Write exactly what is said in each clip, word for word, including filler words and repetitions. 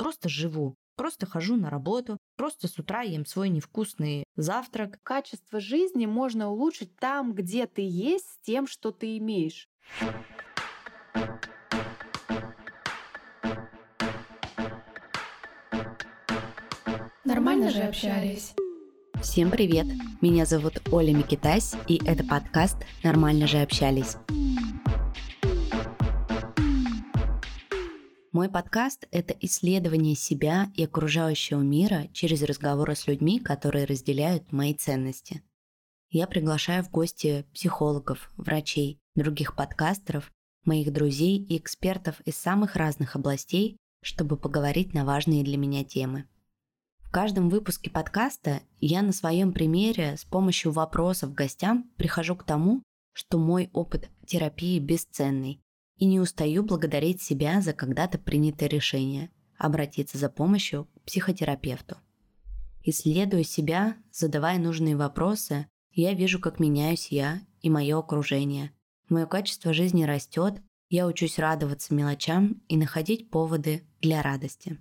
просто живу. Просто хожу на работу, просто с утра ем свой невкусный завтрак. Качество жизни можно улучшить там, где ты есть, с тем, что ты имеешь. Нормально же общались. Всем привет! Меня зовут Оля Микитась, и это подкаст «Нормально же общались». Мой подкаст – это исследование себя и окружающего мира через разговоры с людьми, которые разделяют мои ценности. Я приглашаю в гости психологов, врачей, других подкастеров, моих друзей и экспертов из самых разных областей, чтобы поговорить на важные для меня темы. В каждом выпуске подкаста я на своем примере с помощью вопросов гостям прихожу к тому, что мой опыт терапии бесценный, и не устаю благодарить себя за когда-то принятое решение обратиться за помощью к психотерапевту. Исследуя себя, задавая нужные вопросы, я вижу, как меняюсь я и мое окружение. Мое качество жизни растет, я учусь радоваться мелочам и находить поводы для радости.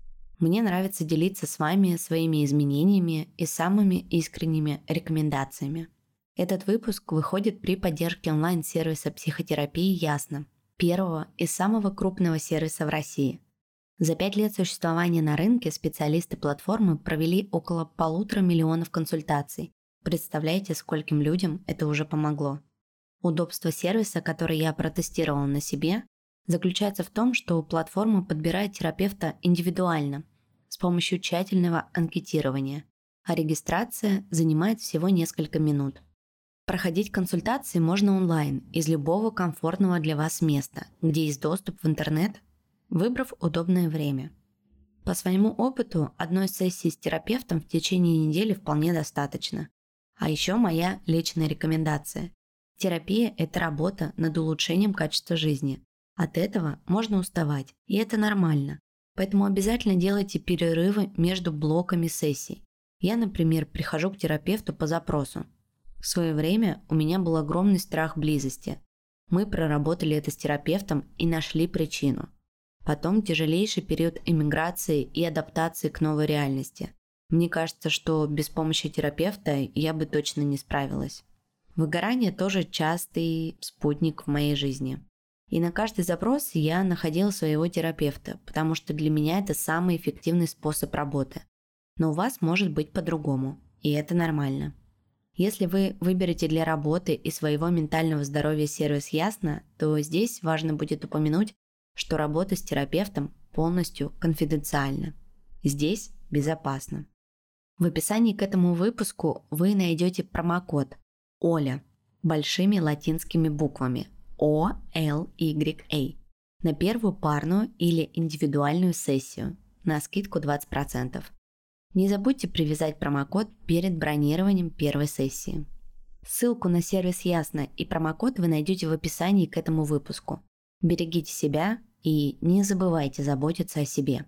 Мне нравится делиться с вами своими изменениями и самыми искренними рекомендациями. Этот выпуск выходит при поддержке онлайн-сервиса психотерапии «Ясно», первого и самого крупного сервиса в России. За пять лет существования на рынке специалисты платформы провели около полутора миллионов консультаций. Представляете, скольким людям это уже помогло? Удобство сервиса, который я протестировала на себе, заключается в том, что платформа подбирает терапевта индивидуально, с помощью тщательного анкетирования, а регистрация занимает всего несколько минут. Проходить консультации можно онлайн из любого комфортного для вас места, где есть доступ в интернет, выбрав удобное время. По своему опыту, одной сессии с терапевтом в течение недели вполне достаточно. А еще моя личная рекомендация. Терапия – это работа над улучшением качества жизни. От этого можно уставать, и это нормально. Поэтому обязательно делайте перерывы между блоками сессий. Я, например, прихожу к терапевту по запросу. В свое время у меня был огромный страх близости. Мы проработали это с терапевтом и нашли причину. Потом тяжелейший период эмиграции и адаптации к новой реальности. Мне кажется, что без помощи терапевта я бы точно не справилась. Выгорание тоже частый спутник в моей жизни. И на каждый запрос я находила своего терапевта, потому что для меня это самый эффективный способ работы. Но у вас может быть по-другому, и это нормально. Если вы выберете для работы и своего ментального здоровья сервис «Ясно», то здесь важно будет упомянуть, что работа с терапевтом полностью конфиденциальна. Здесь безопасно. В описании к этому выпуску вы найдете промокод «Оля» большими латинскими буквами О Л Y A на первую парную или индивидуальную сессию на скидку двадцать процентов. Не забудьте привязать промокод перед бронированием первой сессии. Ссылку на сервис «Ясно» и промокод вы найдете в описании к этому выпуску. Берегите себя и не забывайте заботиться о себе.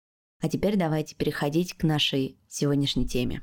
А теперь давайте переходить к нашей сегодняшней теме.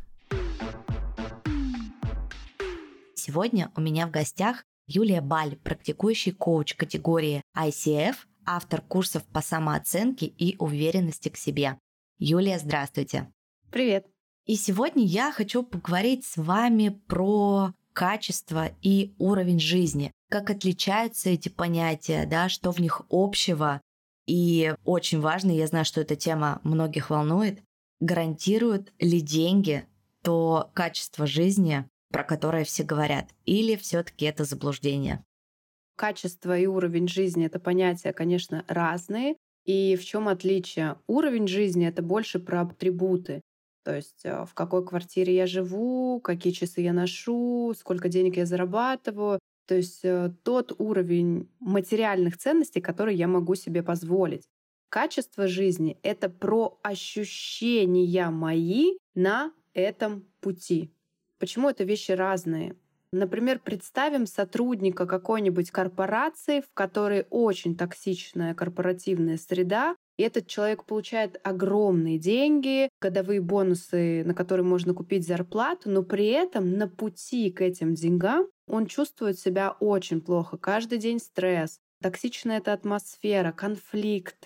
Сегодня у меня в гостях Юлия Баль, практикующий коуч категории ай си эф, автор курсов по самооценке и уверенности к себе. Юлия, здравствуйте. Привет. И сегодня я хочу поговорить с вами про качество и уровень жизни. Как отличаются эти понятия, да, что в них общего. И очень важно, я знаю, что эта тема многих волнует, гарантируют ли деньги то качество жизни, про которое все говорят, или все-таки это заблуждение? Качество и уровень жизни — это понятия, конечно, разные. И в чем отличие? Уровень жизни — это больше про атрибуты. То есть в какой квартире я живу, какие часы я ношу, сколько денег я зарабатываю. То есть тот уровень материальных ценностей, который я могу себе позволить. Качество жизни — это про ощущения мои на этом пути. Почему это вещи разные? Например, представим сотрудника какой-нибудь корпорации, в которой очень токсичная корпоративная среда, и этот человек получает огромные деньги, годовые бонусы, на которые можно купить зарплату, но при этом на пути к этим деньгам он чувствует себя очень плохо. Каждый день стресс, токсичная эта атмосфера, конфликты,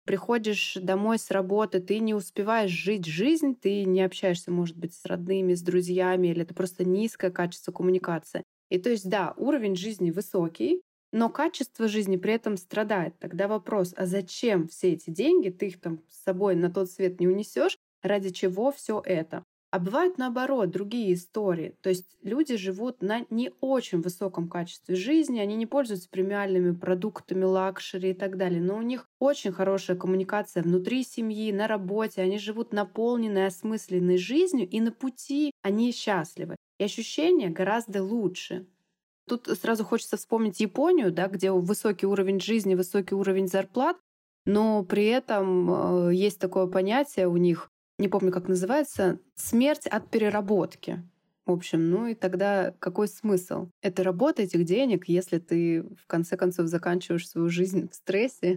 Приходишь домой с работы, ты не успеваешь жить жизнь, ты не общаешься, может быть, с родными, с друзьями, или это просто низкое качество коммуникации. И то есть, да, уровень жизни высокий, но качество жизни при этом страдает. Тогда вопрос, а зачем все эти деньги, ты их там с собой на тот свет не унесешь, ради чего все это? А бывают наоборот другие истории. То есть люди живут на не очень высоком качестве жизни, они не пользуются премиальными продуктами, лакшери и так далее, но у них очень хорошая коммуникация внутри семьи, на работе, они живут наполненной, осмысленной жизнью, и на пути они счастливы. И ощущения гораздо лучше. Тут сразу хочется вспомнить Японию, да, где высокий уровень жизни, высокий уровень зарплат, но при этом э, есть такое понятие у них, не помню, как называется, смерть от переработки. В общем, ну и тогда какой смысл? Это работа этих денег, если ты в конце концов заканчиваешь свою жизнь в стрессе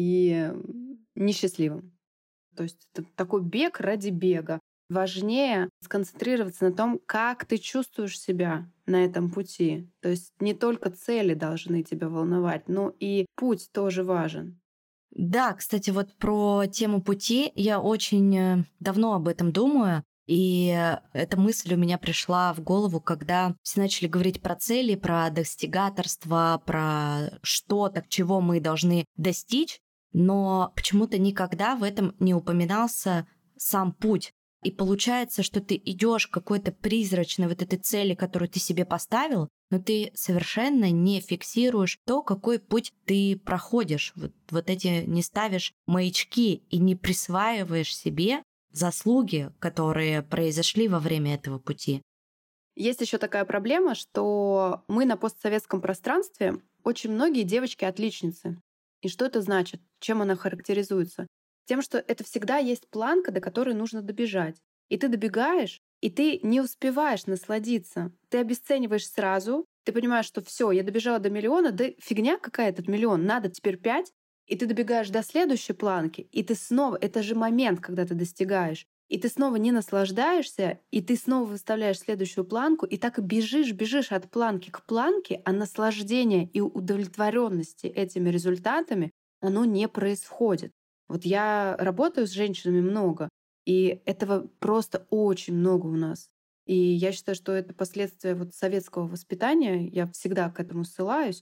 и несчастливым. То есть это такой бег ради бега. Важнее сконцентрироваться на том, как ты чувствуешь себя на этом пути. То есть не только цели должны тебя волновать, но и путь тоже важен. Да, кстати, вот про тему пути я очень э, давно об этом думаю. И э, эта мысль у меня пришла в голову, когда все начали говорить про цели, про достигаторство, про что-то, чего мы должны достичь, но почему-то никогда в этом не упоминался сам путь. И получается, что ты идешь к какой-то призрачной вот этой цели, которую ты себе поставил, но ты совершенно не фиксируешь то, какой путь ты проходишь. Вот, вот эти не ставишь маячки и не присваиваешь себе заслуги, которые произошли во время этого пути. Есть еще такая проблема, что мы на постсоветском пространстве очень многие девочки-отличницы. И что это значит? Чем она характеризуется? Тем, что это всегда есть планка, до которой нужно добежать. И ты добегаешь, и ты не успеваешь насладиться. Ты обесцениваешь сразу, ты понимаешь, что все, я добежала до миллиона, да фигня какая этот миллион, надо теперь пять, и ты добегаешь до следующей планки, и ты снова, это же момент, когда ты достигаешь, и ты снова не наслаждаешься, и ты снова выставляешь следующую планку, и так и бежишь, бежишь от планки к планке, а наслаждение и удовлетворенности этими результатами, оно не происходит. Вот я работаю с женщинами много, и этого просто очень много у нас. И я считаю, что это последствия вот советского воспитания, я всегда к этому ссылаюсь,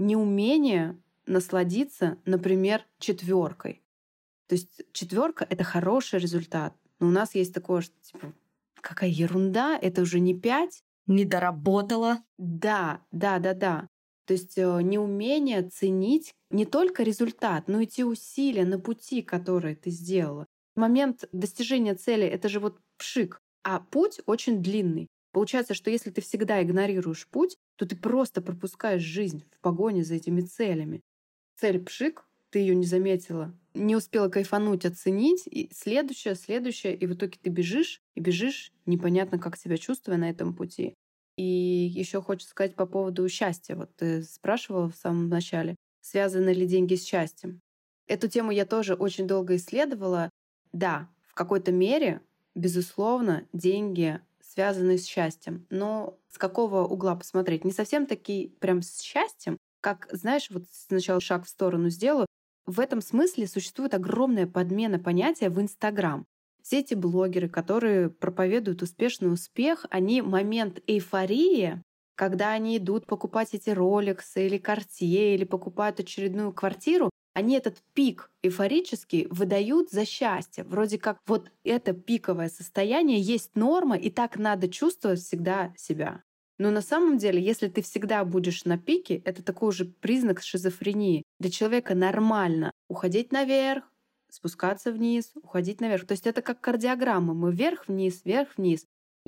неумение насладиться, например, четверкой. То есть четверка — это хороший результат. Но у нас есть такое, что типа, какая ерунда, это уже не пять. Не доработала. Да, да, да, да. То есть э, неумение ценить не только результат, но и те усилия на пути, которые ты сделала. Момент достижения цели — это же вот пшик, а путь очень длинный. Получается, что если ты всегда игнорируешь путь, то ты просто пропускаешь жизнь в погоне за этими целями. Цель пшик, ты ее не заметила, не успела кайфануть, оценить, и следующее, следующее, и в итоге ты бежишь, и бежишь, непонятно, как себя чувствуя на этом пути. И еще хочется сказать по поводу счастья. Вот ты спрашивала в самом начале, связаны ли деньги с счастьем. Эту тему я тоже очень долго исследовала. Да, в какой-то мере, безусловно, деньги связаны с счастьем. Но с какого угла посмотреть? Не совсем таки прям с счастьем, как, знаешь, вот сначала шаг в сторону сделаю. В этом смысле существует огромная подмена понятия в Инстаграм. Все эти блогеры, которые проповедуют успешный успех, они момент эйфории, когда они идут покупать эти роликсы или Cartier, или покупают очередную квартиру, они этот пик эйфорический выдают за счастье. Вроде как вот это пиковое состояние есть норма, и так надо чувствовать всегда себя. Но на самом деле, если ты всегда будешь на пике, это такой уже признак шизофрении. Для человека нормально уходить наверх, спускаться вниз, уходить наверх. То есть это как кардиограмма. Мы вверх-вниз, вверх-вниз.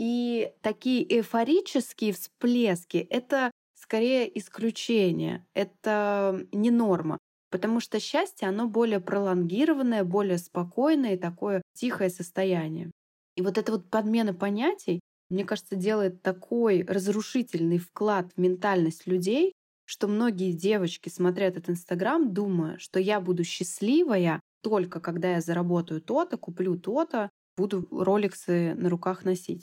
И такие эйфорические всплески — это скорее исключение, это не норма. Потому что счастье, оно более пролонгированное, более спокойное и такое тихое состояние. И вот эта вот подмена понятий, мне кажется, делает такой разрушительный вклад в ментальность людей, что многие девочки смотрят этот Инстаграм, думая, что я буду счастливая только когда я заработаю то-то, куплю то-то, буду роликсы на руках носить.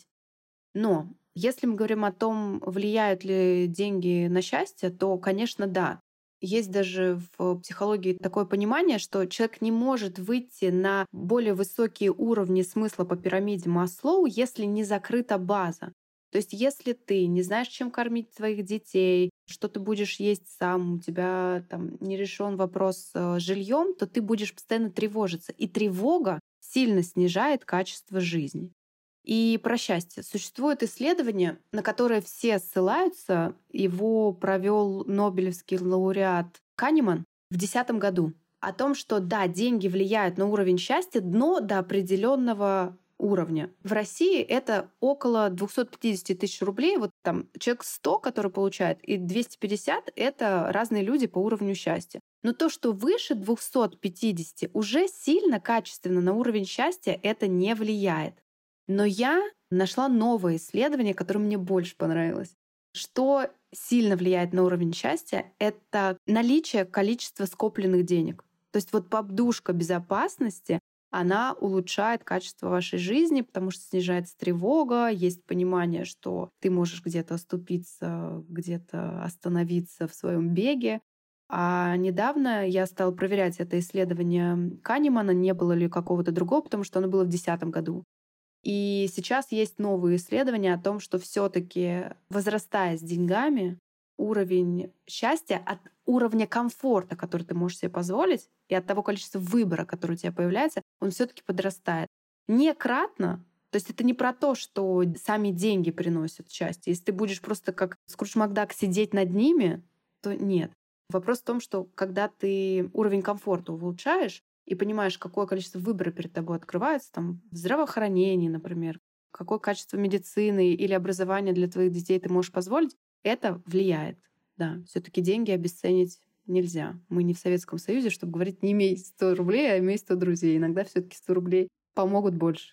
Но если мы говорим о том, влияют ли деньги на счастье, то, конечно, да. Есть даже в психологии такое понимание, что человек не может выйти на более высокие уровни смысла по пирамиде Маслоу, если не закрыта база. То есть если ты не знаешь, чем кормить своих детей, что ты будешь есть сам, у тебя там не решен вопрос с жильем, то ты будешь постоянно тревожиться. И тревога сильно снижает качество жизни. И про счастье. Существует исследование, на которое все ссылаются. Его провел нобелевский лауреат Канеман в две тысячи десятом году. О том, что да, деньги влияют на уровень счастья, но до определенного уровня. В России это около двести пятьдесят тысяч рублей. Вот там человек сто, который получает, и двести пятьдесят — это разные люди по уровню счастья. Но то, что выше двухсот пятидесяти, уже сильно качественно на уровень счастья это не влияет. Но я нашла новое исследование, которое мне больше понравилось. Что сильно влияет на уровень счастья — это наличие количества скопленных денег. То есть вот подушка безопасности, она улучшает качество вашей жизни, потому что снижается тревога, есть понимание, что ты можешь где-то оступиться, где-то остановиться в своем беге. А недавно я стала проверять это исследование Канемана, не было ли какого-то другого, потому что оно было в две тысячи десятом году. И сейчас есть новые исследования о том, что все-таки возрастая с деньгами, уровень счастья от уровня комфорта, который ты можешь себе позволить, и от того количества выбора, который у тебя появляется, он все-таки подрастает. Не кратно, то есть это не про то, что сами деньги приносят счастье. Если ты будешь просто как Скрудж Макдак сидеть над ними, то нет. Вопрос в том, что когда ты уровень комфорта улучшаешь и понимаешь, какое количество выбора перед тобой открывается, там, в здравоохранении, например, какое качество медицины или образования для твоих детей ты можешь позволить, это влияет. Да, все-таки деньги обесценить нельзя. Мы не в Советском Союзе, чтобы говорить, не имей сто рублей, а имей сто друзей. Иногда все-таки сто рублей помогут больше.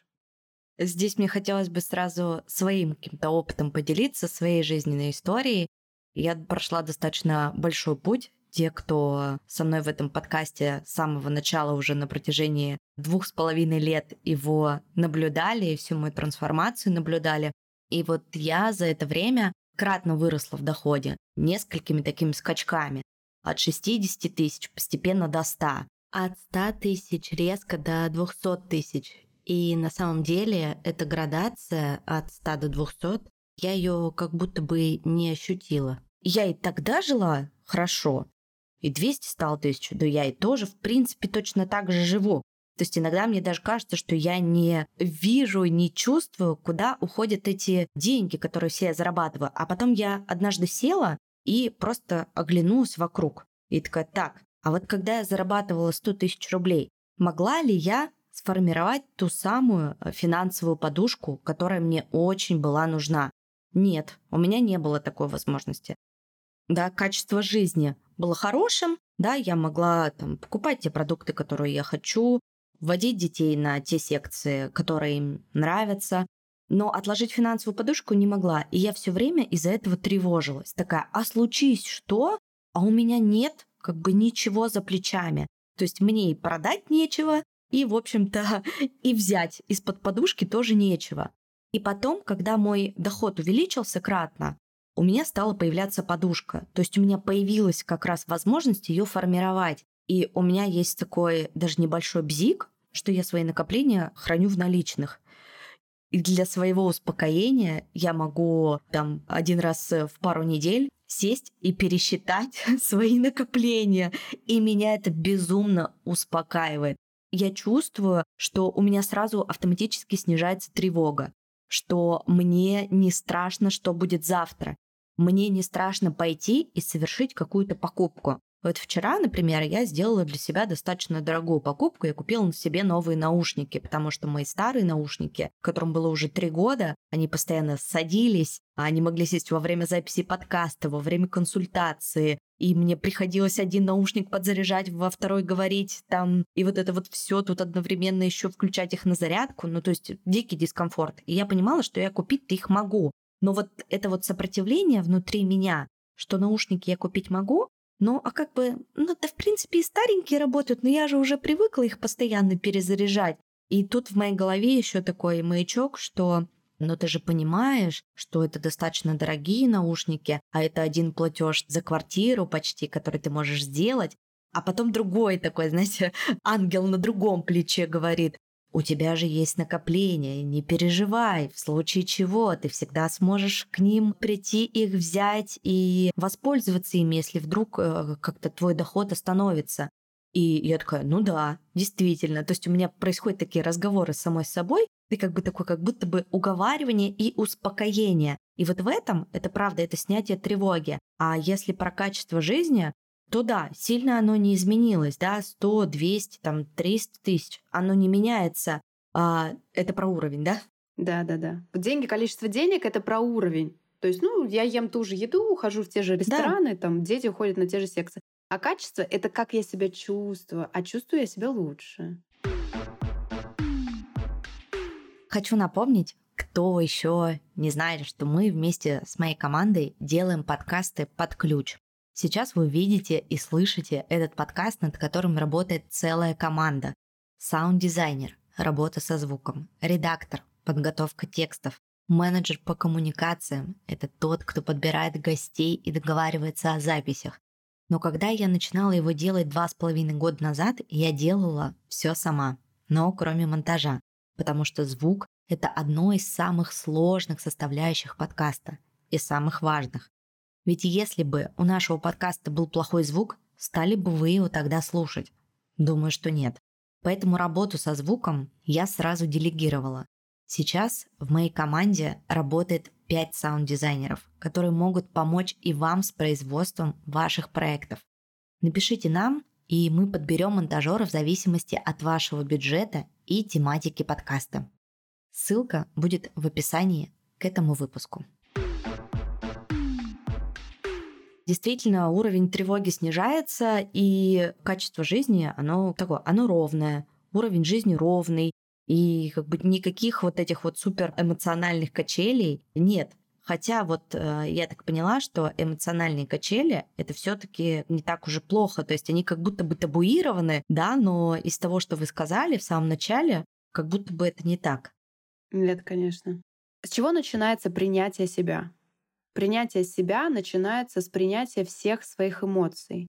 Здесь мне хотелось бы сразу своим каким-то опытом поделиться, своей жизненной историей. Я прошла достаточно большой путь. Те, кто со мной в этом подкасте с самого начала уже на протяжении двух с половиной лет его наблюдали, и всю мою трансформацию наблюдали. И вот я за это время кратно выросла в доходе несколькими такими скачками. От шестидесяти тысяч постепенно до ста. От ста тысяч резко до двухсот тысяч. И на самом деле эта градация от ста до двухсот, я ее как будто бы не ощутила. Я и тогда жила хорошо, и двести стало тысячу, да я и тоже, в принципе, точно так же живу. То есть иногда мне даже кажется, что я не вижу, не чувствую, куда уходят эти деньги, которые все я зарабатываю. А потом я однажды села и просто оглянулась вокруг. И такая, так, а вот когда я зарабатывала сто тысяч рублей, могла ли я сформировать ту самую финансовую подушку, которая мне очень была нужна? Нет, у меня не было такой возможности. Да, качество жизни было хорошим, да, я могла там покупать те продукты, которые я хочу, вводить детей на те секции, которые им нравятся, но отложить финансовую подушку не могла. И я все время из-за этого тревожилась. Такая, а случись что? А у меня нет как бы ничего за плечами. То есть мне и продать нечего, и, в общем-то, и взять из-под подушки тоже нечего. И потом, когда мой доход увеличился кратно, у меня стала появляться подушка. То есть у меня появилась как раз возможность ее формировать. И у меня есть такой даже небольшой бзик, что я свои накопления храню в наличных. И для своего успокоения я могу там один раз в пару недель сесть и пересчитать свои накопления. И меня это безумно успокаивает. Я чувствую, что у меня сразу автоматически снижается тревога, что мне не страшно, что будет завтра. Мне не страшно пойти и совершить какую-то покупку. Вот вчера, например, я сделала для себя достаточно дорогую покупку. Я купила себе новые наушники, потому что мои старые наушники, которым было уже три года, они постоянно садились, они могли сесть во время записи подкаста, во время консультации, и мне приходилось один наушник подзаряжать, во второй говорить там, и вот это вот все тут одновременно еще включать их на зарядку, ну то есть дикий дискомфорт. И я понимала, что я купить-то их могу, но вот это вот сопротивление внутри меня, что наушники я купить могу, ну, а как бы, ну, да, в принципе, и старенькие работают, но я же уже привыкла их постоянно перезаряжать. И тут в моей голове еще такой маячок, что но ты же понимаешь, что это достаточно дорогие наушники, а это один платеж за квартиру почти, который ты можешь сделать. А потом другой такой, знаете, ангел на другом плече говорит: у тебя же есть накопления, не переживай, в случае чего ты всегда сможешь к ним прийти, их взять и воспользоваться ими, если вдруг э, как-то твой доход остановится. И я такая: ну да, действительно. То есть у меня происходят такие разговоры с самой собой, и как бы такое, как будто бы уговаривание и успокоение. И вот в этом, это правда, это снятие тревоги. А если про качество жизни, то да, сильно оно не изменилось, да, сто, двести, там, триста тысяч, оно не меняется. А, это про уровень, да? Да-да-да. Деньги, количество денег — это про уровень. То есть, ну, я ем ту же еду, хожу в те же рестораны, там, дети уходят на те же секции. А качество — это как я себя чувствую, а чувствую я себя лучше. Хочу напомнить, кто еще не знает, что мы вместе с моей командой делаем подкасты под ключ. Сейчас вы видите и слышите этот подкаст, над которым работает целая команда. Саунд-дизайнер, работа со звуком, редактор, подготовка текстов, менеджер по коммуникациям – это тот, кто подбирает гостей и договаривается о записях. Но когда я начинала его делать два с половиной года назад, я делала все сама, но кроме монтажа, потому что звук – это одно из самых сложных составляющих подкаста и самых важных. Ведь если бы у нашего подкаста был плохой звук, стали бы вы его тогда слушать? Думаю, что нет. Поэтому работу со звуком я сразу делегировала. Сейчас в моей команде работает пять саунд-дизайнеров, которые могут помочь и вам с производством ваших проектов. Напишите нам, и мы подберем монтажера в зависимости от вашего бюджета и тематики подкаста. Ссылка будет в описании к этому выпуску. Действительно, уровень тревоги снижается, и качество жизни, оно такое, оно ровное, уровень жизни ровный, и как бы никаких вот этих вот супер эмоциональных качелей нет. Хотя вот э, я так поняла, что эмоциональные качели — это все-таки не так уже плохо, то есть они как будто бы табуированы, да, но из того, что вы сказали в самом начале, как будто бы это не так. Нет, конечно. С чего начинается принятие себя? Принятие себя начинается с принятия всех своих эмоций.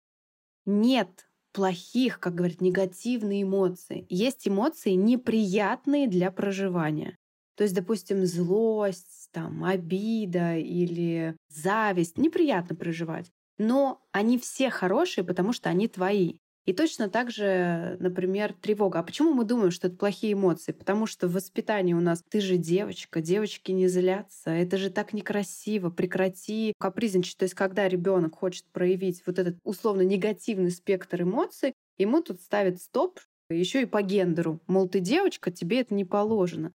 Нет плохих, как говорят, негативные эмоции. Есть эмоции неприятные для проживания. То есть, допустим, злость, там, обида или зависть неприятно проживать. Но они все хорошие, потому что они твои. И точно так же, например, тревога. А почему мы думаем, что это плохие эмоции? Потому что в воспитании у нас: ты же девочка, девочки не злятся, это же так некрасиво, прекрати капризничать. То есть когда ребенок хочет проявить вот этот условно негативный спектр эмоций, ему тут ставят стоп, еще и по гендеру. Мол, ты девочка, тебе это не положено.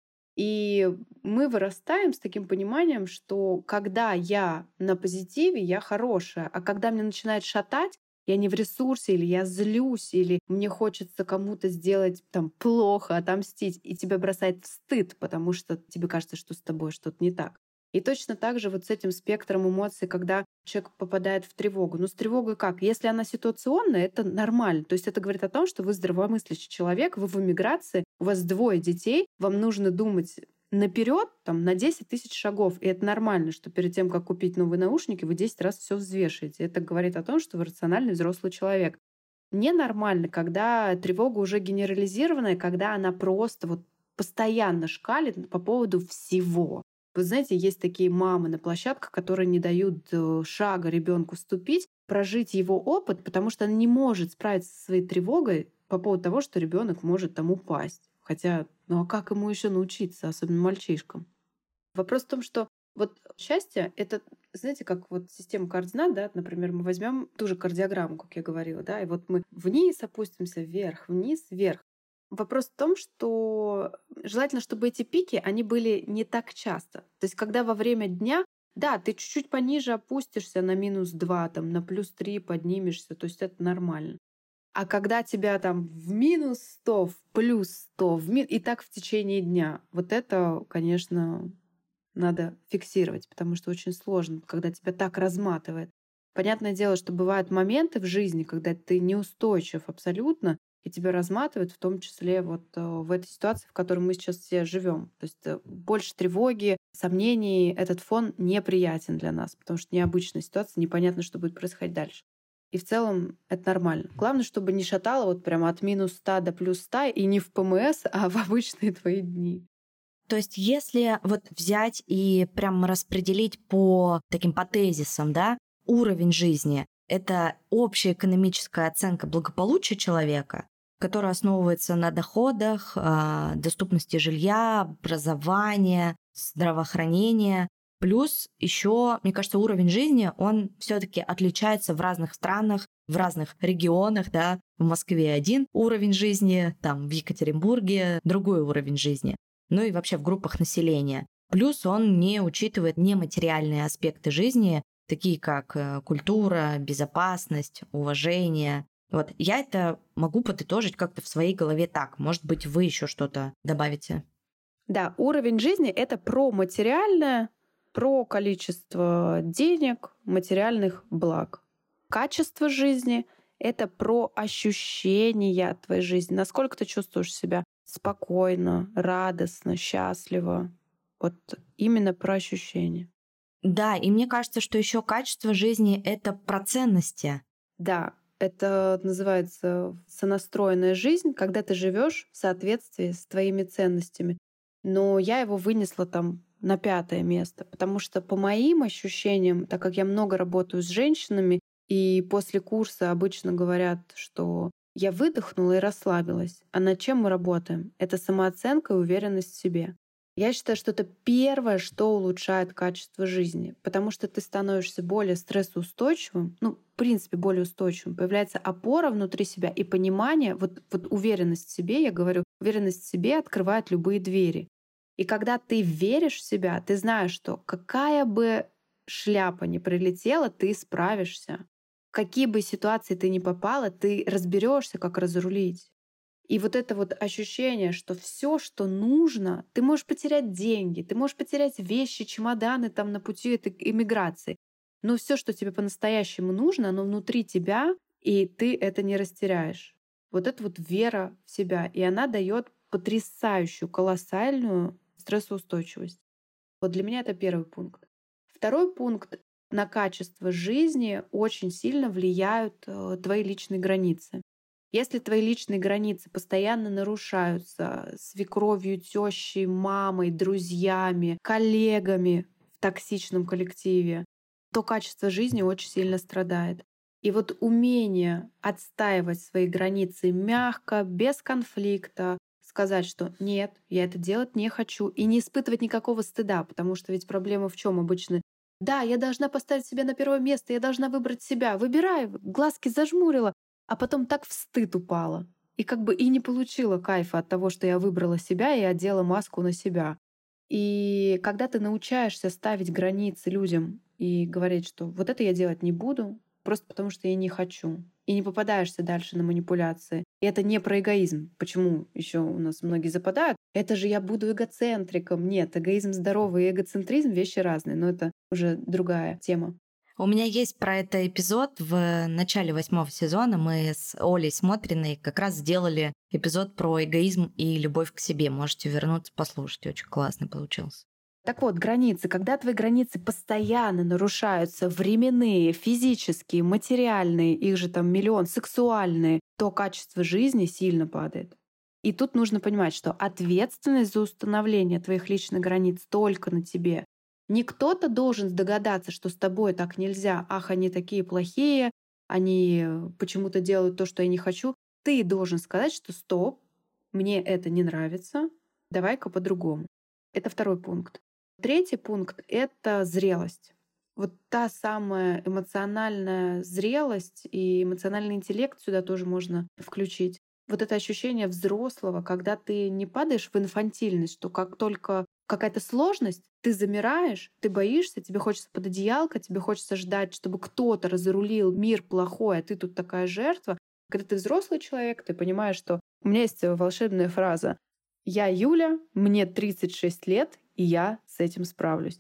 И мы вырастаем с таким пониманием, что когда я на позитиве, я хорошая, а когда мне начинает шатать, я не в ресурсе, или я злюсь, или мне хочется кому-то сделать там плохо, отомстить, и тебя бросает в стыд, потому что тебе кажется, что с тобой что-то не так. И точно так же вот с этим спектром эмоций, когда человек попадает в тревогу. Но с тревогой как? Если она ситуационная, это нормально. То есть это говорит о том, что вы здравомыслящий человек, вы в эмиграции, у вас двое детей, вам нужно думать наперед, там, на десять тысяч шагов. И это нормально, что перед тем, как купить новые наушники, вы десять раз все взвешиваете. Это говорит о том, что вы рациональный взрослый человек. Ненормально, когда тревога уже генерализированная, когда она просто вот постоянно шкалит по поводу всего. Вы знаете, есть такие мамы на площадках, которые не дают шага ребенку ступить, прожить его опыт, потому что она не может справиться со своей тревогой по поводу того, что ребенок может там упасть. Хотя, ну а как ему еще научиться, особенно мальчишкам? Вопрос в том, что вот счастье — это, знаете, как вот система координат, да, например, мы возьмем ту же кардиограмму, как я говорила, да, и вот мы вниз опустимся, вверх, вниз, вверх. Вопрос в том, что желательно, чтобы эти пики, они были не так часто. То есть когда во время дня, да, ты чуть-чуть пониже опустишься на минус два, там, на плюс три поднимешься, то есть это нормально. А когда тебя там в минус сто, в плюс сто, в ми... и так в течение дня, вот это, конечно, надо фиксировать, потому что очень сложно, когда тебя так разматывает. Понятное дело, что бывают моменты в жизни, когда ты неустойчив абсолютно, и тебя разматывает, в том числе вот э, в этой ситуации, в которой мы сейчас все живем. То есть э, больше тревоги, сомнений, этот фон неприятен для нас, потому что необычная ситуация, непонятно, что будет происходить дальше. И в целом это нормально. Главное, чтобы не шатало вот прямо от минус ста до плюс ста, и не в ПМС, а в обычные твои дни. То есть если вот взять и прям распределить по таким по тезисам, да, уровень жизни — это общая экономическая оценка благополучия человека, которая основывается на доходах, а, доступности жилья, образования, здравоохранения. Плюс еще, мне кажется, уровень жизни, он все-таки отличается в разных странах, в разных регионах, да. В Москве один уровень жизни, там в Екатеринбурге другой уровень жизни. Ну и вообще в группах населения. Плюс он не учитывает нематериальные аспекты жизни, такие как э, культура, безопасность, уважение. Вот я это могу подытожить как-то в своей голове так. Может быть, вы еще что-то добавите? Да, уровень жизни — это про материальное, про количество денег, материальных благ. Качество жизни — это про ощущения твоей жизни. Насколько ты чувствуешь себя спокойно, радостно, счастливо. Вот именно про ощущения. Да, и мне кажется, что еще качество жизни — это про ценности. Да, это называется сонастроенная жизнь, когда ты живешь в соответствии с твоими ценностями. Но я его вынесла там на пятое место, потому что по моим ощущениям, так как я много работаю с женщинами, и после курса обычно говорят, что я выдохнула и расслабилась. А над чем мы работаем? Это самооценка и уверенность в себе. Я считаю, что это первое, что улучшает качество жизни, потому что ты становишься более стрессоустойчивым, ну, в принципе, более устойчивым. Появляется опора внутри себя и понимание, вот, вот уверенность в себе, я говорю, уверенность в себе открывает любые двери. И когда ты веришь в себя, ты знаешь, что какая бы шляпа ни прилетела, ты справишься. В какие бы ситуации ты ни попала, ты разберешься, как разрулить. И вот это вот ощущение, что все, что нужно, ты можешь потерять деньги, ты можешь потерять вещи, чемоданы там на пути этой эмиграции. Но все, что тебе по-настоящему нужно, оно внутри тебя, и ты это не растеряешь. Вот это вот вера в себя. И она дает потрясающую, колоссальную стрессоустойчивость. Вот для меня это первый пункт. Второй пункт: на качество жизни очень сильно влияют э, твои личные границы. Если твои личные границы постоянно нарушаются свекровью, тещей, мамой, друзьями, коллегами в токсичном коллективе, то качество жизни очень сильно страдает. И вот умение отстаивать свои границы мягко, без конфликта, сказать, что нет, я это делать не хочу, и не испытывать никакого стыда, потому что ведь проблема в чем обычно? Да, я должна поставить себя на первое место, я должна выбрать себя. Выбирай, глазки зажмурила, а потом так в стыд упала. И как бы и не получила кайфа от того, что я выбрала себя и одела маску на себя. И когда ты научаешься ставить границы людям и говорить, что вот это я делать не буду, просто потому что я не хочу, и не попадаешься дальше на манипуляции. И это не про эгоизм. Почему еще у нас многие западают? Это же я буду эгоцентриком. Нет, эгоизм здоровый и эгоцентризм — вещи разные, но это уже другая тема. У меня есть про это эпизод. В начале восьмого сезона мы с Олей Смотриной как раз сделали эпизод про эгоизм и любовь к себе. Можете вернуться, послушать. Очень классно получился. Так вот, границы. Когда твои границы постоянно нарушаются, временные, физические, материальные, их же там миллион, сексуальные, то качество жизни сильно падает. И тут нужно понимать, что ответственность за установление твоих личных границ только на тебе. Не кто-то должен догадаться, что с тобой так нельзя. Ах, они такие плохие, они почему-то делают то, что я не хочу. Ты должен сказать, что стоп, мне это не нравится, давай-ка по-другому. Это второй пункт. Третий пункт — это зрелость. Вот та самая эмоциональная зрелость и эмоциональный интеллект сюда тоже можно включить. Вот это ощущение взрослого, когда ты не падаешь в инфантильность, что как только какая-то сложность, ты замираешь, ты боишься, тебе хочется под одеялко, тебе хочется ждать, чтобы кто-то разрулил мир плохой, а ты тут такая жертва. Когда ты взрослый человек, ты понимаешь, что у меня есть волшебная фраза: «Я Юля, мне тридцать шесть лет, и я с этим справлюсь».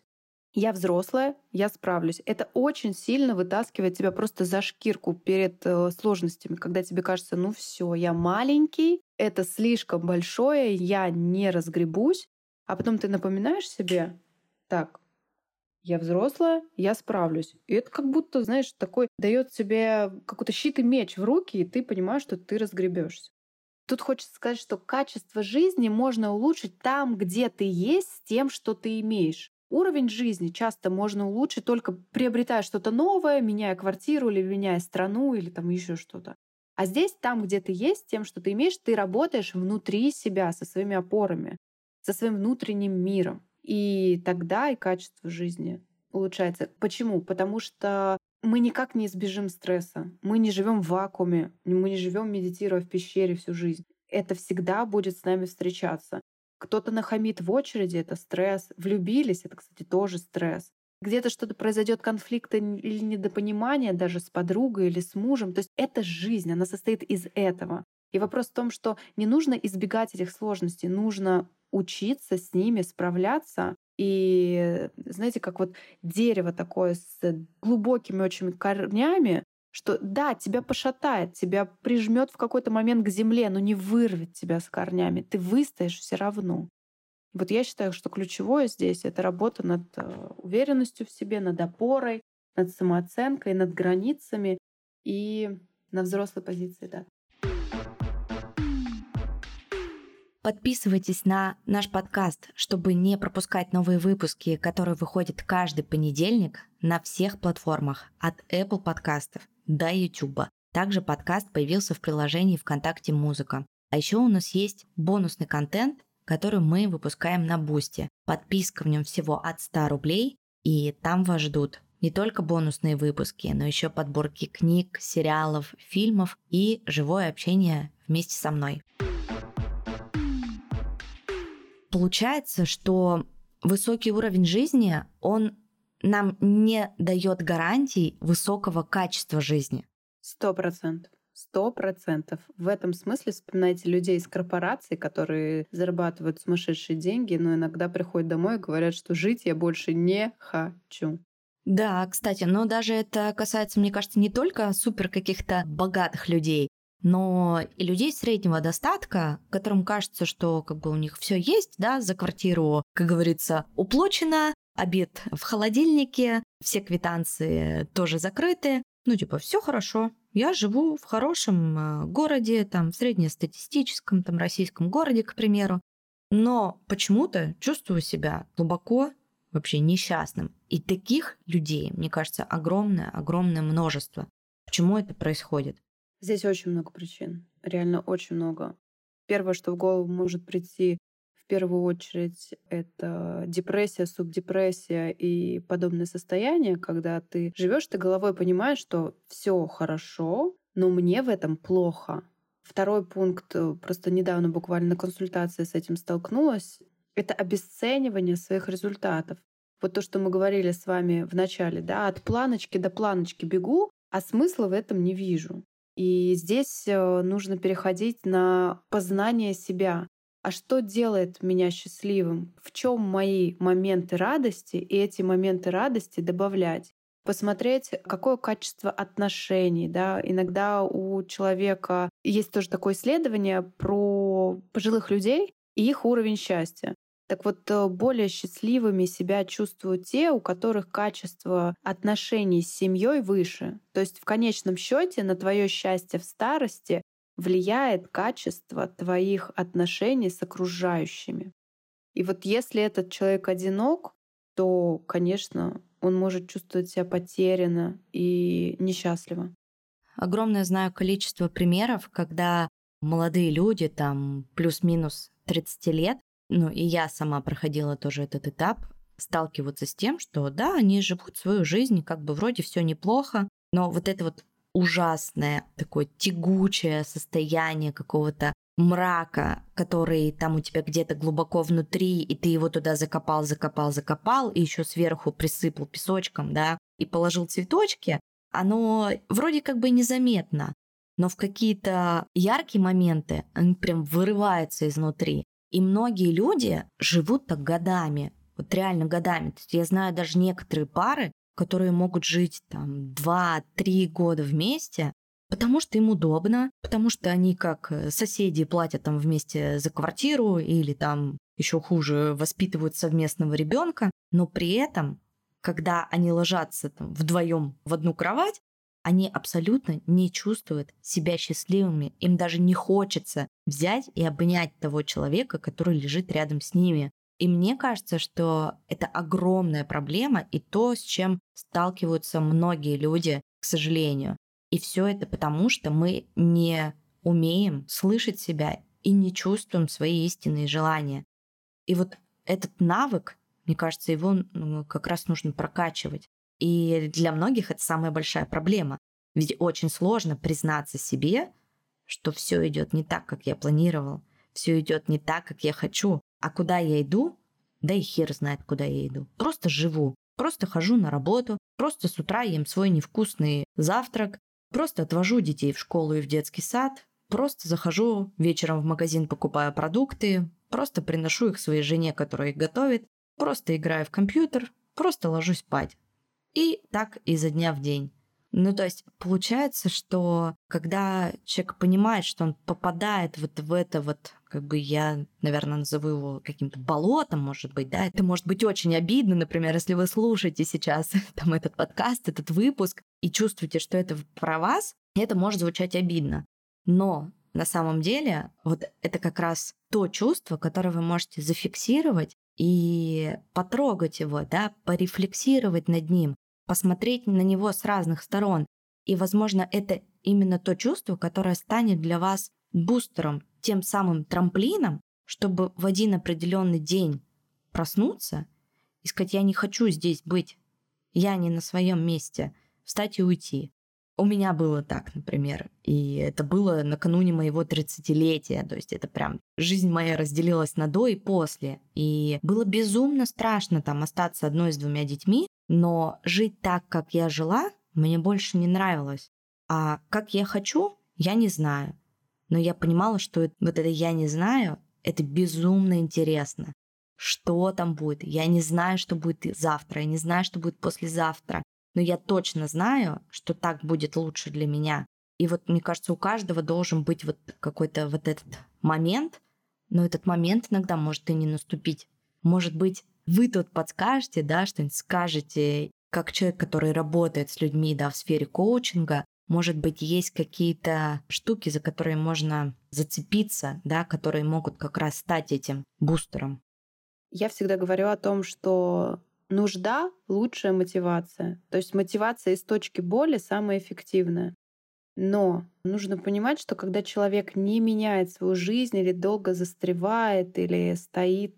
Я взрослая, я справлюсь. Это очень сильно вытаскивает тебя просто за шкирку перед э, сложностями, когда тебе кажется, ну все, я маленький, это слишком большое, я не разгребусь. А потом ты напоминаешь себе, так, я взрослая, я справлюсь. И это как будто, знаешь, такой дает тебе какой-то щит и меч в руки, и ты понимаешь, что ты разгребешься. Тут хочется сказать, что качество жизни можно улучшить там, где ты есть, с тем, что ты имеешь. Уровень жизни часто можно улучшить только приобретая что-то новое, меняя квартиру или меняя страну или там еще что-то. А здесь, там, где ты есть, с тем, что ты имеешь, ты работаешь внутри себя, со своими опорами, со своим внутренним миром. И тогда и качество жизни улучшается. Почему? Потому что мы никак не избежим стресса. Мы не живем в вакууме, мы не живем, медитируя в пещере всю жизнь. Это всегда будет с нами встречаться. Кто-то нахамит в очереди — это стресс. Влюбились — это, кстати, тоже стресс. Где-то что-то произойдет, конфликт или недопонимание даже с подругой или с мужем. То есть это жизнь, она состоит из этого. И вопрос в том, что не нужно избегать этих сложностей, нужно учиться с ними справляться. И знаете, как вот дерево такое с глубокими очень корнями, что да, тебя пошатает, тебя прижмет в какой-то момент к земле, но не вырвет тебя с корнями. Ты выстоишь все равно. Вот я считаю, что ключевое здесь — это работа над уверенностью в себе, над опорой, над самооценкой, над границами и на взрослой позиции, да. Подписывайтесь на наш подкаст, чтобы не пропускать новые выпуски, которые выходят каждый понедельник на всех платформах, от Apple подкастов до YouTube. Также подкаст появился в приложении ВКонтакте Музыка. А еще у нас есть бонусный контент, который мы выпускаем на Бусти. Подписка в нем всего от ста рублей, и там вас ждут не только бонусные выпуски, но еще подборки книг, сериалов, фильмов и живое общение вместе со мной. Получается, что высокий уровень жизни, он нам не дает гарантий высокого качества жизни. Сто процентов. Сто процентов. В этом смысле вспоминайте людей из корпораций, которые зарабатывают сумасшедшие деньги, но иногда приходят домой и говорят, что жить я больше не хочу. Да, кстати, но даже это касается, мне кажется, не только супер каких-то богатых людей, но и людей среднего достатка, которым кажется, что как бы у них все есть, да, за квартиру, как говорится, уплочено, обед в холодильнике, все квитанции тоже закрыты. Ну, типа, все хорошо. Я живу в хорошем городе, там, в среднестатистическом, там, российском городе, к примеру. Но почему-то чувствую себя глубоко вообще несчастным. И таких людей, мне кажется, огромное-огромное множество. Почему это происходит? Здесь очень много причин. Реально очень много. Первое, что в голову может прийти в первую очередь, это депрессия, субдепрессия и подобные состояния, когда ты живешь, ты головой понимаешь, что все хорошо, но мне в этом плохо. Второй пункт, просто недавно буквально на консультации с этим столкнулась, это обесценивание своих результатов. Вот то, что мы говорили с вами в начале, да, от планочки до планочки бегу, а смысла в этом не вижу. И здесь нужно переходить на познание себя. А что делает меня счастливым? В чем мои моменты радости? И эти моменты радости добавлять. Посмотреть, какое качество отношений. Да? Иногда у человека есть тоже такое исследование про пожилых людей и их уровень счастья. Так вот, более счастливыми себя чувствуют те, у которых качество отношений с семьей выше. То есть в конечном счете на твое счастье в старости влияет качество твоих отношений с окружающими. И вот если этот человек одинок, то, конечно, он может чувствовать себя потерянно и несчастливо. Огромное знаю количество примеров, когда молодые люди, там плюс-минус тридцать лет, ну и я сама проходила тоже этот этап, сталкиваться с тем, что да, они живут свою жизнь, как бы вроде все неплохо, но вот это вот ужасное, такое тягучее состояние какого-то мрака, который там у тебя где-то глубоко внутри, и ты его туда закопал, закопал, закопал, и еще сверху присыпал песочком, да, и положил цветочки, оно вроде как бы незаметно, но в какие-то яркие моменты он прям вырывается изнутри. И многие люди живут так годами. Вот реально годами. То есть я знаю даже некоторые пары, которые могут жить там два-три года вместе, потому что им удобно, потому что они как соседи платят там вместе за квартиру или там еще хуже воспитывают совместного ребенка, но при этом, когда они ложатся там вдвоем в одну кровать, они абсолютно не чувствуют себя счастливыми. Им даже не хочется взять и обнять того человека, который лежит рядом с ними. И мне кажется, что это огромная проблема и то, с чем сталкиваются многие люди, к сожалению. И все это потому, что мы не умеем слышать себя и не чувствуем свои истинные желания. И вот этот навык, мне кажется, его ну, как раз нужно прокачивать. И для многих это самая большая проблема. Ведь очень сложно признаться себе, что все идет не так, как я планировал, все идет не так, как я хочу. А куда я иду? Да и хер знает, куда я иду. Просто живу, просто хожу на работу, просто с утра ем свой невкусный завтрак, просто отвожу детей в школу и в детский сад, просто захожу вечером в магазин, покупаю продукты, просто приношу их своей жене, которая их готовит, просто играю в компьютер, просто ложусь спать. И так изо дня в день. Ну, то есть получается, что когда человек понимает, что он попадает вот в это вот, как бы я, наверное, назову его каким-то болотом, может быть, да, это может быть очень обидно, например, если вы слушаете сейчас там этот подкаст, этот выпуск, и чувствуете, что это про вас, это может звучать обидно. Но на самом деле вот это как раз то чувство, которое вы можете зафиксировать и потрогать его, да, порефлексировать над ним, посмотреть на него с разных сторон. И, возможно, это именно то чувство, которое станет для вас бустером, тем самым трамплином, чтобы в один определенный день проснуться и сказать: я не хочу здесь быть, я не на своем месте, встать и уйти. У меня было так, например, и это было накануне моего тридцатилетия, то есть это прям жизнь моя разделилась на до и после, и было безумно страшно там остаться одной с двумя детьми, но жить так, как я жила, мне больше не нравилось. А как я хочу, я не знаю. Но я понимала, что вот это «я не знаю» — это безумно интересно. Что там будет? Я не знаю, что будет завтра, я не знаю, что будет послезавтра. Но я точно знаю, что так будет лучше для меня. И вот, мне кажется, у каждого должен быть вот какой-то вот этот момент, но этот момент иногда может и не наступить. Может быть, вы тут подскажете, да, что-нибудь скажете, как человек, который работает с людьми, да, в сфере коучинга, может быть, есть какие-то штуки, за которые можно зацепиться, да, которые могут как раз стать этим бустером. Я всегда говорю о том, что нужда — лучшая мотивация. То есть мотивация из точки боли самая эффективная. Но нужно понимать, что когда человек не меняет свою жизнь или долго застревает, или стоит,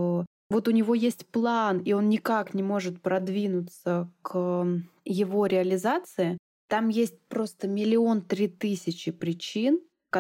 вот у него есть план, и он никак не может продвинуться к его реализации, там есть просто миллион три тысячи причин,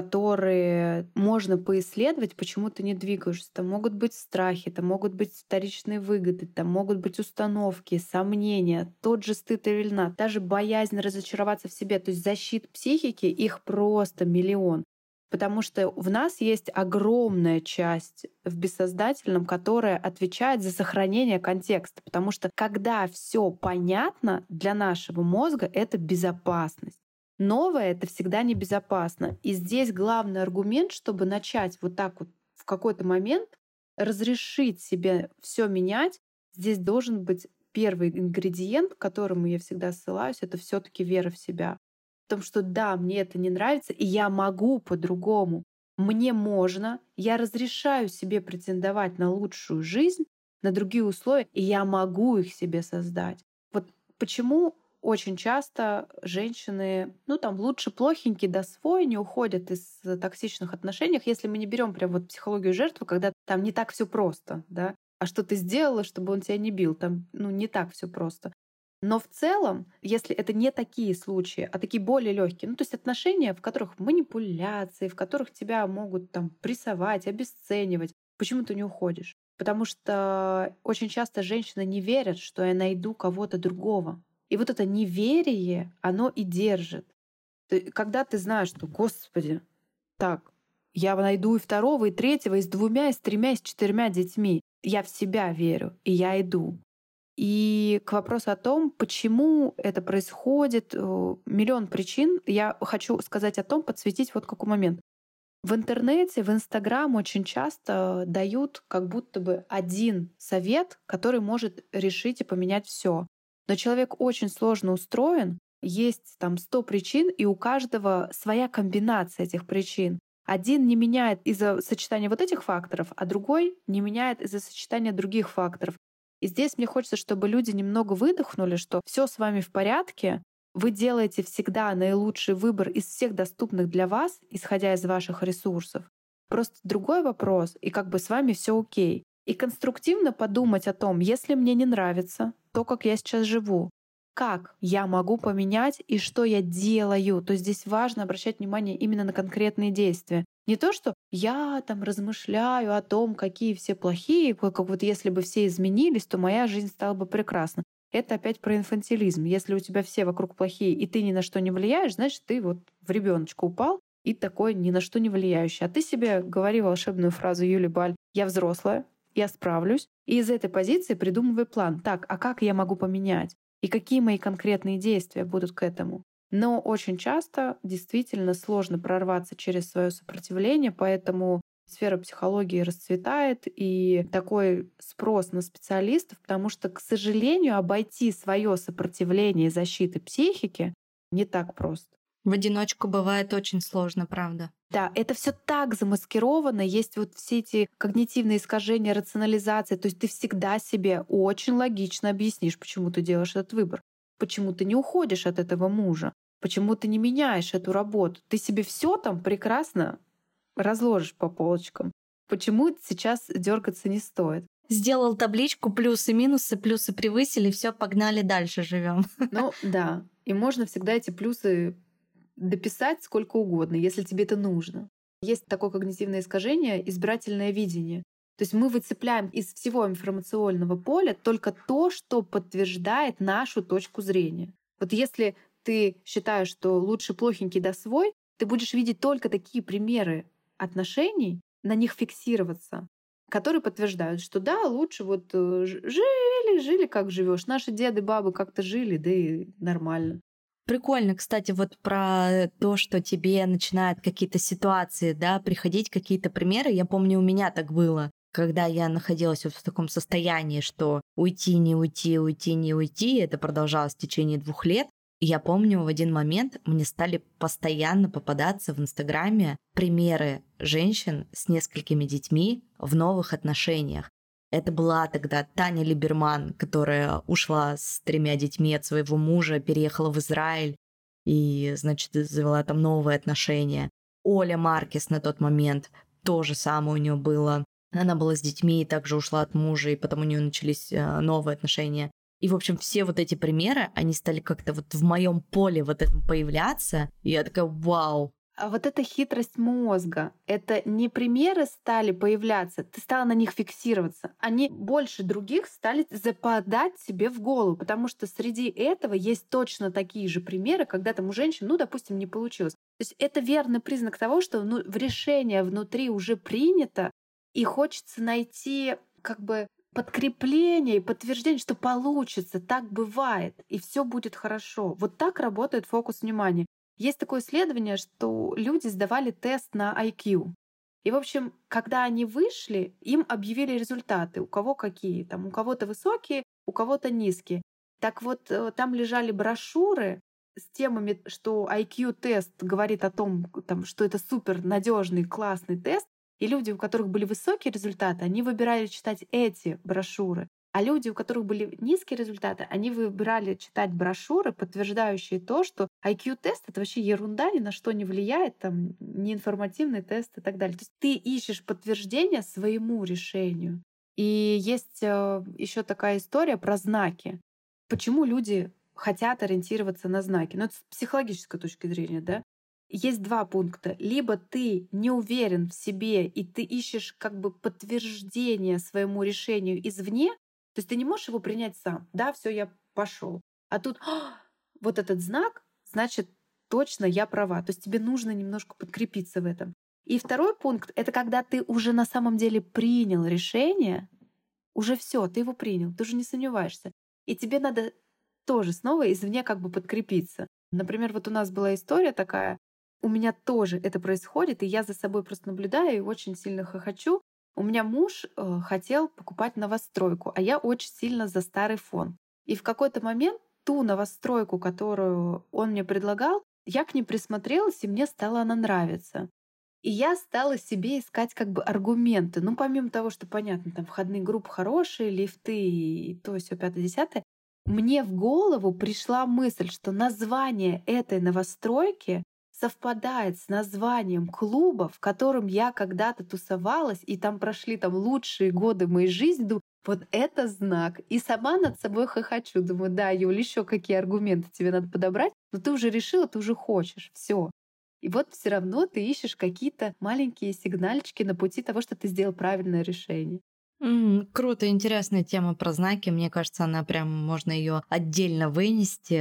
которые можно поисследовать, почему ты не двигаешься. Там могут быть страхи, там могут быть вторичные выгоды, там могут быть установки, сомнения, тот же стыд и вина, даже боязнь разочароваться в себе. То есть защит психики, их просто миллион. Потому что в нас есть огромная часть в бессознательном, которая отвечает за сохранение контекста. Потому что когда все понятно для нашего мозга, это безопасность. Новое — это всегда небезопасно. И здесь главный аргумент, чтобы начать вот так вот в какой-то момент разрешить себе все менять, здесь должен быть первый ингредиент, к которому я всегда ссылаюсь, это все таки вера в себя. В том, что да, мне это не нравится, и я могу по-другому. Мне можно, я разрешаю себе претендовать на лучшую жизнь, на другие условия, и я могу их себе создать. Вот почему очень часто женщины, ну там лучше плохенький да свой, не уходят из токсичных отношений, если мы не берем прям вот психологию жертвы, когда там не так все просто, да, а что ты сделала, чтобы он тебя не бил, там ну не так все просто. Но в целом, если это не такие случаи, а такие более легкие, ну то есть отношения, в которых манипуляции, в которых тебя могут там прессовать, обесценивать, почему ты не уходишь? Потому что очень часто женщины не верят, что я найду кого-то другого. И вот это неверие, оно и держит. Ты, когда ты знаешь, что, Господи, так, Я найду и второго, и третьего, и с двумя, и с тремя, и с четырьмя детьми. Я в себя верю, и я иду. И к вопросу о том, почему это происходит, э, миллион причин, я хочу сказать о том, подсветить вот какой момент. В интернете, в Инстаграм очень часто дают как будто бы один совет, который может решить и поменять все. Но человек очень сложно устроен, есть там сто причин, и у каждого своя комбинация этих причин. Один не меняет из-за сочетания вот этих факторов, а другой не меняет из-за сочетания других факторов. И здесь мне хочется, чтобы люди немного выдохнули, что все с вами в порядке, вы делаете всегда наилучший выбор из всех доступных для вас, исходя из ваших ресурсов. Просто другой вопрос, и как бы с вами все окей. И конструктивно подумать о том, если мне не нравится то, как я сейчас живу, как я могу поменять и что я делаю. То есть здесь важно обращать внимание именно на конкретные действия. Не то, что я там размышляю о том, какие все плохие, как вот если бы все изменились, то моя жизнь стала бы прекрасна. Это опять про инфантилизм. Если у тебя все вокруг плохие, и ты ни на что не влияешь, значит, ты вот в ребеночка упал и такой ни на что не влияющий. А ты себе говори волшебную фразу Юли Баль: «Я взрослая, я справлюсь». И из этой позиции придумывай план. Так, а как я могу поменять? И какие мои конкретные действия будут к этому? Но очень часто действительно сложно прорваться через свое сопротивление, поэтому сфера психологии расцветает, и такой спрос на специалистов, потому что, к сожалению, обойти свое сопротивление и защиты психики не так просто. В одиночку бывает очень сложно, правда. Да, это все так замаскировано, есть вот все эти когнитивные искажения, рационализация. То есть ты всегда себе очень логично объяснишь, почему ты делаешь этот выбор, почему ты не уходишь от этого мужа, почему ты не меняешь эту работу. Ты себе все там прекрасно разложишь по полочкам. Почему сейчас дергаться не стоит? Сделал табличку плюсы, минусы, плюсы превысили, все, погнали дальше, живем. Ну да, и можно всегда эти плюсы дописать сколько угодно, если тебе это нужно. Есть такое когнитивное искажение — избирательное видение. То есть мы выцепляем из всего информационного поля только то, что подтверждает нашу точку зрения. Вот если ты считаешь, что лучше плохенький да свой, ты будешь видеть только такие примеры отношений, на них фиксироваться, которые подтверждают, что да, лучше вот э, ж- жили, жили, как живешь. Наши деды, бабы как-то жили, да и нормально. Прикольно, кстати, вот про то, что тебе начинают какие-то ситуации, да, приходить какие-то примеры. Я помню, у меня так было, когда я находилась вот в таком состоянии, что уйти, не уйти, уйти, не уйти, это продолжалось в течение двух лет. И я помню, в один момент мне стали постоянно попадаться в Инстаграме примеры женщин с несколькими детьми в новых отношениях. Это была тогда Таня Либерман, которая ушла с тремя детьми от своего мужа, переехала в Израиль и, значит, завела там новые отношения. Оля Маркес на тот момент, то же самое у нее было. Она была с детьми и также ушла от мужа, и потом у нее начались новые отношения. И, в общем, все вот эти примеры, они стали как-то вот в моем поле вот этом появляться. И я такая: вау. А вот эта хитрость мозга, это не примеры стали появляться, ты стала на них фиксироваться. Они больше других стали западать себе в голову, потому что среди этого есть точно такие же примеры, когда там у женщин, ну, допустим, не получилось. То есть это верный признак того, что ну, решение внутри уже принято, и хочется найти как бы подкрепление и подтверждение, что получится, так бывает, и все будет хорошо. Вот так работает фокус внимания. Есть такое исследование, что люди сдавали тест на ай кью. И, в общем, когда они вышли, им объявили результаты, у кого какие. Там, у кого-то высокие, у кого-то низкие. Так вот, там лежали брошюры с темами, что ай кью-тест говорит о том, там, что это супер надежный, классный тест. И люди, у которых были высокие результаты, они выбирали читать эти брошюры. А люди, у которых были низкие результаты, они выбирали читать брошюры, подтверждающие то, что ай кью-тест — это вообще ерунда, ни на что не влияет, там, неинформативный тест и так далее. То есть ты ищешь подтверждение своему решению. И есть еще такая история про знаки. Почему люди хотят ориентироваться на знаки? Ну, это с психологической точки зрения, да? Есть два пункта. Либо ты не уверен в себе, и ты ищешь как бы подтверждение своему решению извне, то есть ты не можешь его принять сам. Да, все, я пошел. А тут вот этот знак, значит, точно я права. То есть тебе нужно немножко подкрепиться в этом. И второй пункт — это когда ты уже на самом деле принял решение, уже все, ты его принял, ты уже не сомневаешься. И тебе надо тоже снова извне как бы подкрепиться. Например, вот у нас была история такая, у меня тоже это происходит, и я за собой просто наблюдаю и очень сильно хохочу. У меня муж э, хотел покупать новостройку, а я очень сильно за старый фон. И в какой-то момент ту новостройку, которую он мне предлагал, я к ней присмотрелась, и мне стала она нравиться. И я стала себе искать как бы аргументы. Ну, помимо того, что, понятно, там входные группы хорошие, лифты и то, все пятое, десятое, мне в голову пришла мысль, что название этой новостройки совпадает с названием клуба, в котором я когда-то тусовалась, и там прошли там лучшие годы моей жизни. Думаю, вот это знак. И сама над собой хохочу. Думаю, да, Юль, еще какие аргументы тебе надо подобрать, но ты уже решила, ты уже хочешь. Все. И вот все равно ты ищешь какие-то маленькие сигнальчики на пути того, что ты сделал правильное решение. М, Круто, интересная тема про знаки. Мне кажется, она прям можно ее отдельно вынести.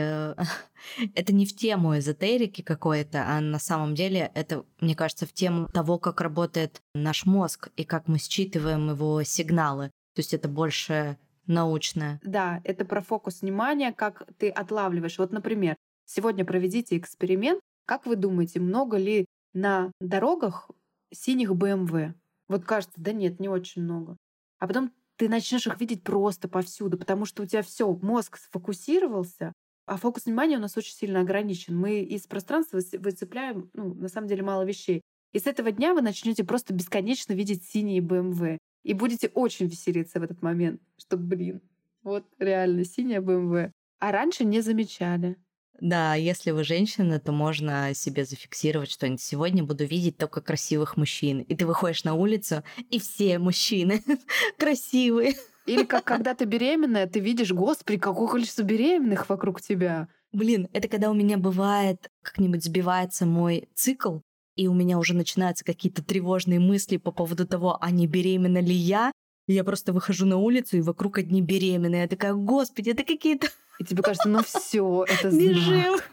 Это не в тему эзотерики какой-то, а на самом деле это, мне кажется, в тему того, как работает наш мозг и как мы считываем его сигналы. То есть это больше научное. Да, это про фокус внимания, как ты отлавливаешь. Вот, например, сегодня проведите эксперимент. Как вы думаете, много ли на дорогах синих бэ эм вэ? Вот кажется, да нет, не очень много. А потом ты начнешь их видеть просто повсюду, потому что у тебя все, мозг сфокусировался, а фокус внимания у нас очень сильно ограничен. Мы из пространства выс- выцепляем, ну, на самом деле, мало вещей. И с этого дня вы начнете просто бесконечно видеть синие бэ эм вэ. И будете очень веселиться в этот момент, что, блин, вот реально синяя бэ эм вэ. А раньше не замечали. Да, если вы женщина, то можно себе зафиксировать что-нибудь. Сегодня буду видеть только красивых мужчин. И ты выходишь на улицу, и все мужчины красивые. Или как когда ты беременная, ты видишь, господи, какое количество беременных вокруг тебя. Блин, это когда у меня бывает, как-нибудь сбивается мой цикл, и у меня уже начинаются какие-то тревожные мысли по поводу того, а не беременна ли я. И я просто выхожу на улицу, и вокруг одни беременные. Я такая, господи, это какие-то... И тебе кажется, ну все, это Бежим. знак.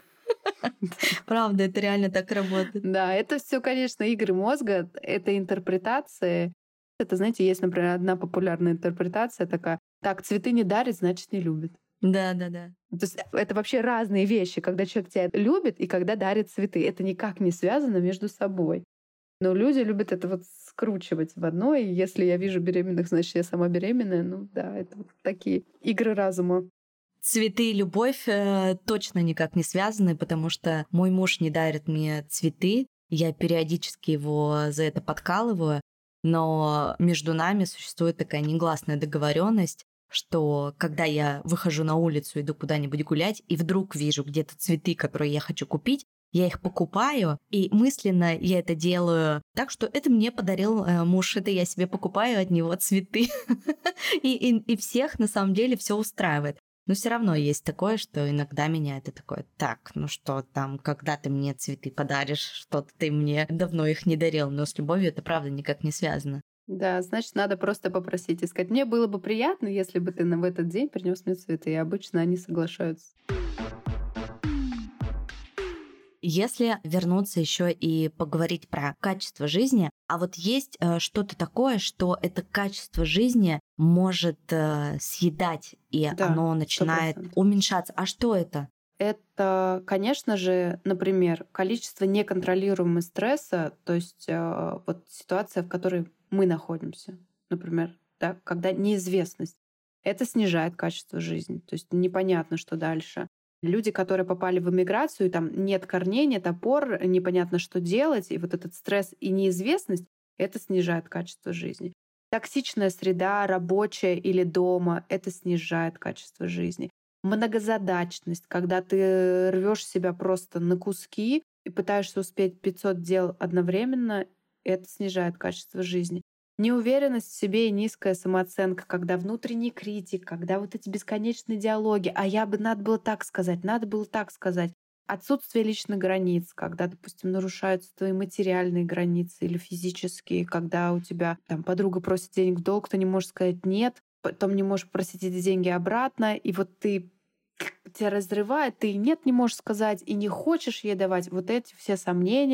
Правда, это реально так работает. Да, это все, конечно, игры мозга, это интерпретации. Это, знаете, есть, например, одна популярная интерпретация такая: так, цветы не дарит, значит, не любит. Да, да, да. То есть это вообще разные вещи, когда человек тебя любит и когда дарит цветы. Это никак не связано между собой. Но люди любят это вот скручивать в одно. И если я вижу беременных, значит, я сама беременная. Ну да, это вот такие игры разума. Цветы и любовь э, точно никак не связаны, потому что мой муж не дарит мне цветы. Я периодически его за это подкалываю, но между нами существует такая негласная договоренность, что когда я выхожу на улицу, иду куда-нибудь гулять, и вдруг вижу где-то цветы, которые я хочу купить, я их покупаю, и мысленно я это делаю так, что это мне подарил э, муж, это я себе покупаю от него цветы. И, и, и всех на самом деле все устраивает. Но все равно есть такое, что иногда меня это такое: так, ну что там, когда ты мне цветы подаришь, что-то ты мне давно их не дарил. Но с любовью это правда никак не связано. Да, значит, надо просто попросить и сказать: мне было бы приятно, если бы ты на- в этот день принес мне цветы. И обычно они соглашаются. Если вернуться еще и поговорить про качество жизни, а вот есть э, что-то такое, что это качество жизни может э, съедать, и Да, оно сто начинает процентов. уменьшаться. А что это? Это, конечно же, например, количество неконтролируемого стресса, то есть э, вот ситуация, в которой мы находимся, например, да, когда неизвестность, это снижает качество жизни, то есть непонятно, что дальше. Люди, которые попали в эмиграцию, и там нет корней, нет опор, непонятно, что делать, и вот этот стресс и неизвестность, это снижает качество жизни. Токсичная среда, рабочая или дома, это снижает качество жизни. Многозадачность, когда ты рвешь себя просто на куски и пытаешься успеть пятьсот дел одновременно, это снижает качество жизни. Неуверенность в себе и низкая самооценка, когда внутренний критик, когда вот эти бесконечные диалоги, а я бы надо было так сказать, надо было так сказать. Отсутствие личных границ, когда, допустим, нарушаются твои материальные границы или физические, когда у тебя там подруга просит денег в долг, ты не можешь сказать нет, потом не можешь просить эти деньги обратно, и вот ты тебя разрывает, ты и нет не можешь сказать, и не хочешь ей давать. Вот эти все сомнения,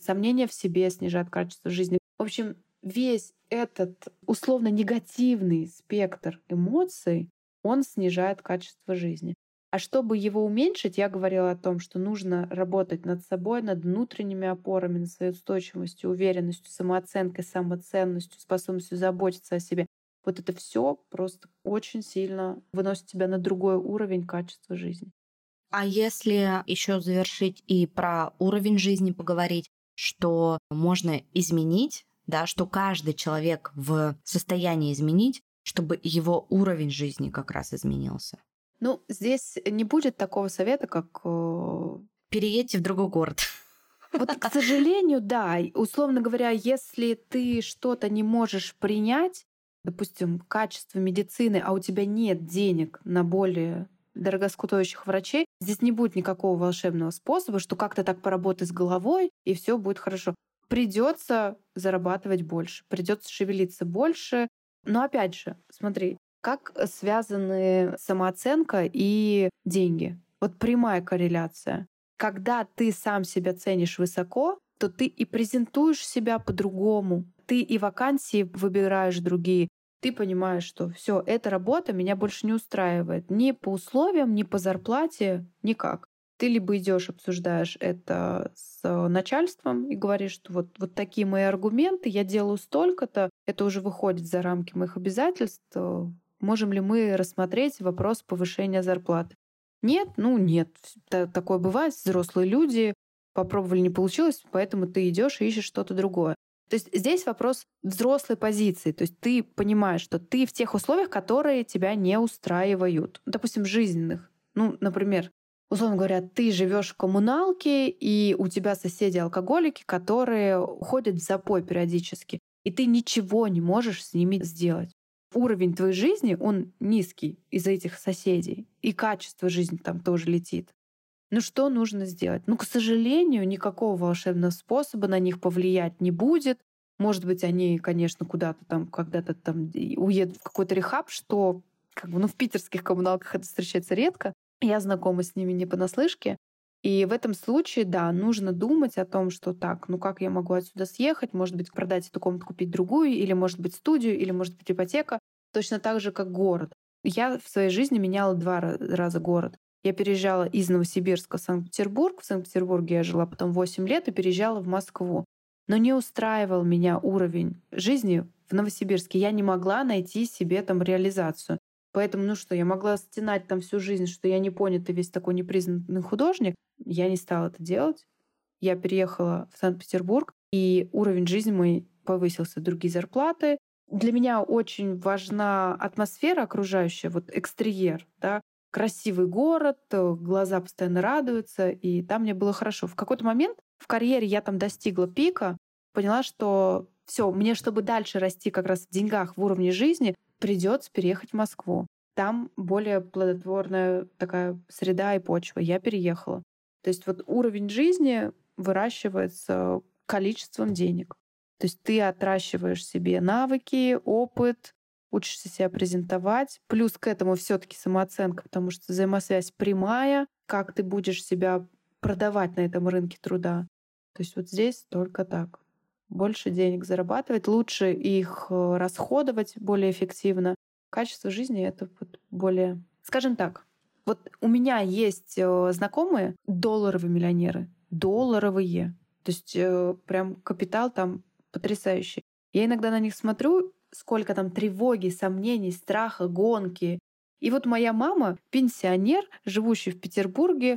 Сомнения в себе снижают качество жизни. В общем, весь этот условно негативный спектр эмоций, он снижает качество жизни. А чтобы его уменьшить, я говорила о том, что нужно работать над собой, над внутренними опорами, над своей устойчивостью, уверенностью, самооценкой, самоценностью, способностью заботиться о себе. Вот это все просто очень сильно выносит тебя на другой уровень качества жизни. А если еще завершить и про уровень жизни поговорить, что можно изменить, да, что каждый человек в состоянии изменить, чтобы его уровень жизни как раз изменился? Ну, здесь не будет такого совета, как э, переедьте в другой город. Вот, к сожалению, да. Условно говоря, если ты что-то не можешь принять, допустим, качество медицины, а у тебя нет денег на более дорогостоящих врачей, здесь не будет никакого волшебного способа, что как-то так поработай с головой, и все будет хорошо. Придется зарабатывать больше, придется шевелиться больше. Но опять же, смотри, как связаны самооценка и деньги. Вот прямая корреляция. Когда ты сам себя ценишь высоко, то ты и презентуешь себя по-другому. Ты и вакансии выбираешь другие. Ты понимаешь, что все, эта работа меня больше не устраивает. Ни по условиям, ни по зарплате, никак. Ты либо идешь, обсуждаешь это с начальством и говоришь, что вот, вот такие мои аргументы, я делаю столько-то, это уже выходит за рамки моих обязательств. Можем ли мы рассмотреть вопрос повышения зарплаты? Нет, ну нет. Такое бывает, взрослые люди, попробовали, не получилось, поэтому ты идешь и ищешь что-то другое. То есть здесь вопрос взрослой позиции. То есть ты понимаешь, что ты в тех условиях, которые тебя не устраивают. Допустим, жизненных. Ну, например, условно говоря, ты живешь в коммуналке, и у тебя соседи алкоголики, которые ходят в запой периодически, и ты ничего не можешь с ними сделать. Уровень твоей жизни, он низкий из-за этих соседей, и качество жизни там тоже летит. Ну что нужно сделать? Ну, к сожалению, никакого волшебного способа на них повлиять не будет. Может быть, они, конечно, куда-то там, когда-то там уедут в какой-то рехаб, что как бы, ну, в питерских коммуналках это встречается редко. Я знакома с ними не понаслышке. И в этом случае, да, нужно думать о том, что так, ну как я могу отсюда съехать, может быть, продать эту комнату, купить другую, или, может быть, студию, или, может быть, ипотека. Точно так же, как город. Я в своей жизни меняла два раза город. Я переезжала из Новосибирска в Санкт-Петербург. В Санкт-Петербурге я жила потом восемь лет и переезжала в Москву. Но не устраивал меня уровень жизни в Новосибирске. Я не могла найти себе там реализацию. Поэтому, ну что, я могла стенать там всю жизнь, что я не понятый весь такой непризнанный художник. Я не стала это делать. Я переехала в Санкт-Петербург, и уровень жизни мой повысился, другие зарплаты. Для меня очень важна атмосфера окружающая, вот экстерьер, да, красивый город, глаза постоянно радуются, и там мне было хорошо. В какой-то момент в карьере я там достигла пика, поняла, что все, мне, чтобы дальше расти как раз в деньгах, в уровне жизни, придется переехать в Москву. Там более плодотворная такая среда и почва. Я переехала. То есть вот уровень жизни выращивается количеством денег. То есть ты отращиваешь себе навыки, опыт, учишься себя презентовать. Плюс к этому все-таки самооценка, потому что взаимосвязь прямая, как ты будешь себя продавать на этом рынке труда. То есть вот здесь только так. Больше денег зарабатывать, лучше их расходовать более эффективно. Качество жизни — это вот более... Скажем так, вот у меня есть знакомые долларовые миллионеры. Долларовые. То есть прям капитал там потрясающий. Я иногда на них смотрю, сколько там тревоги, сомнений, страха, гонки. И вот моя мама, пенсионер, живущий в Петербурге,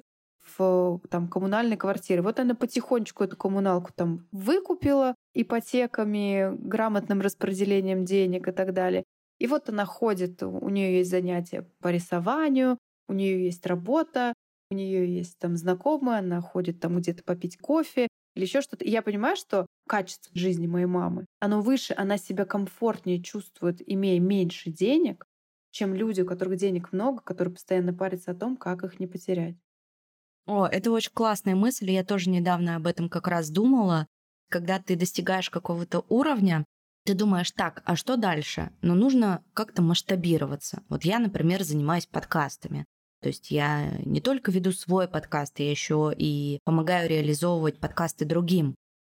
в там, коммунальной квартире. Вот она потихонечку эту коммуналку там выкупила ипотеками, грамотным распределением денег и так далее. И вот она ходит, у нее есть занятия по рисованию, у нее есть работа, у нее есть там знакомые, она ходит там где-то попить кофе или еще что-то. И я понимаю, что качество жизни моей мамы, оно выше, она себя комфортнее чувствует, имея меньше денег, чем люди, у которых денег много, которые постоянно парятся о том, как их не потерять. О, это очень классная мысль. Я тоже недавно об этом как раз думала. Когда ты достигаешь какого-то уровня, ты думаешь, так, а что дальше? Но нужно как-то масштабироваться. Вот я, например, занимаюсь подкастами. То есть я не только веду свой подкаст, я еще и помогаю реализовывать подкасты другим.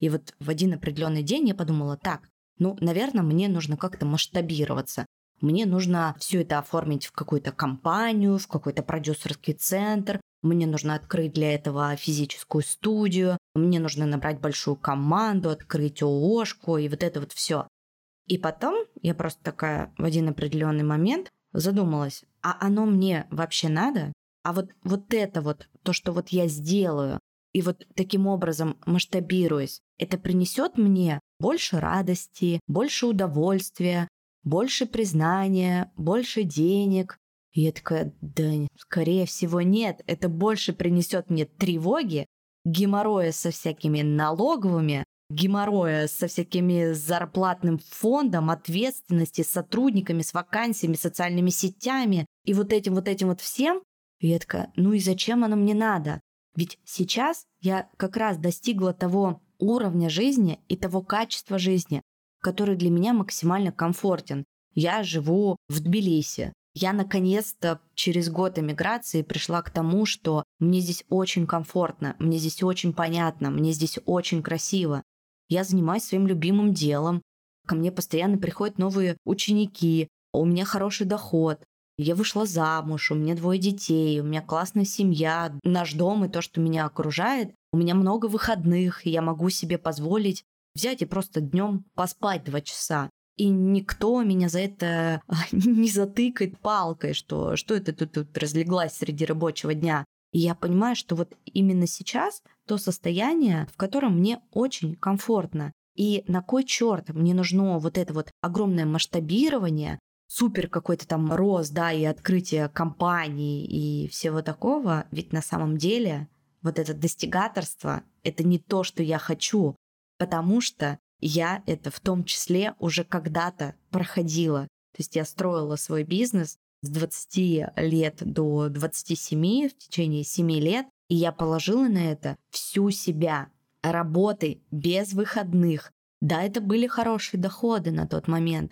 И вот в один определенный день я подумала, так, ну, наверное, мне нужно как-то масштабироваться. Мне нужно все это оформить в какую-то компанию, в какой-то продюсерский центр. Мне нужно открыть для этого физическую студию. Мне нужно набрать большую команду, открыть ООшку и вот это вот все. И потом я просто такая в один определенный момент задумалась, а оно мне вообще надо? А вот, вот это вот, то, что вот я сделаю, и вот таким образом масштабируясь, это принесет мне больше радости, больше удовольствия, больше признания, больше денег. И я такая, да, скорее всего, нет. Это больше принесет мне тревоги, геморроя со всякими налоговыми, геморроя со всякими зарплатным фондом, ответственности, с сотрудниками, с вакансиями, социальными сетями и вот этим, вот этим вот всем. И я такая, ну и зачем оно мне надо? Ведь сейчас я как раз достигла того уровня жизни и того качества жизни, который для меня максимально комфортен. Я живу в Тбилиси. Я наконец-то через год эмиграции пришла к тому, что мне здесь очень комфортно, мне здесь очень понятно, мне здесь очень красиво. Я занимаюсь своим любимым делом. Ко мне постоянно приходят новые ученики. У меня хороший доход. Я вышла замуж, у меня двое детей, у меня классная семья, наш дом и то, что меня окружает. У меня много выходных, и я могу себе позволить взять и просто днем поспать два часа. И никто меня за это не затыкает палкой, что, что это ты тут разлеглась среди рабочего дня. И я понимаю, что вот именно сейчас то состояние, в котором мне очень комфортно. И на кой черт мне нужно вот это вот огромное масштабирование, супер какой-то там рост, да, и открытие компаний и всего такого, ведь на самом деле вот это достигаторство — это не то, что я хочу, потому что я это в том числе уже когда-то проходила. То есть я строила свой бизнес с двадцати лет до двадцати семи, в течение семи лет, и я положила на это всю себя, работой без выходных. Да, это были хорошие доходы на тот момент,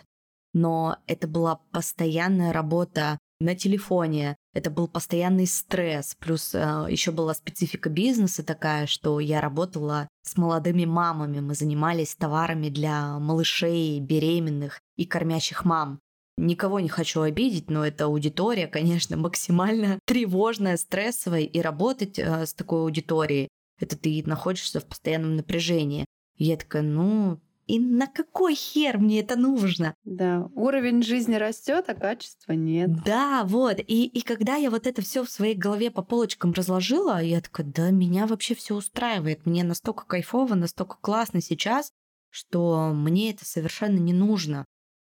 но это была постоянная работа на телефоне, это был постоянный стресс, плюс э, еще была специфика бизнеса такая, что я работала с молодыми мамами, мы занимались товарами для малышей, беременных и кормящих мам. Никого не хочу обидеть, но эта аудитория, конечно, максимально тревожная, стрессовая, и работать э, с такой аудиторией, это ты находишься в постоянном напряжении. И я такая, ну... И на какой хер мне это нужно? Да, уровень жизни растет, а качества нет. Да, вот. И, и когда я вот это все в своей голове по полочкам разложила, я такая, да, меня вообще все устраивает. Мне настолько кайфово, настолько классно сейчас, что мне это совершенно не нужно.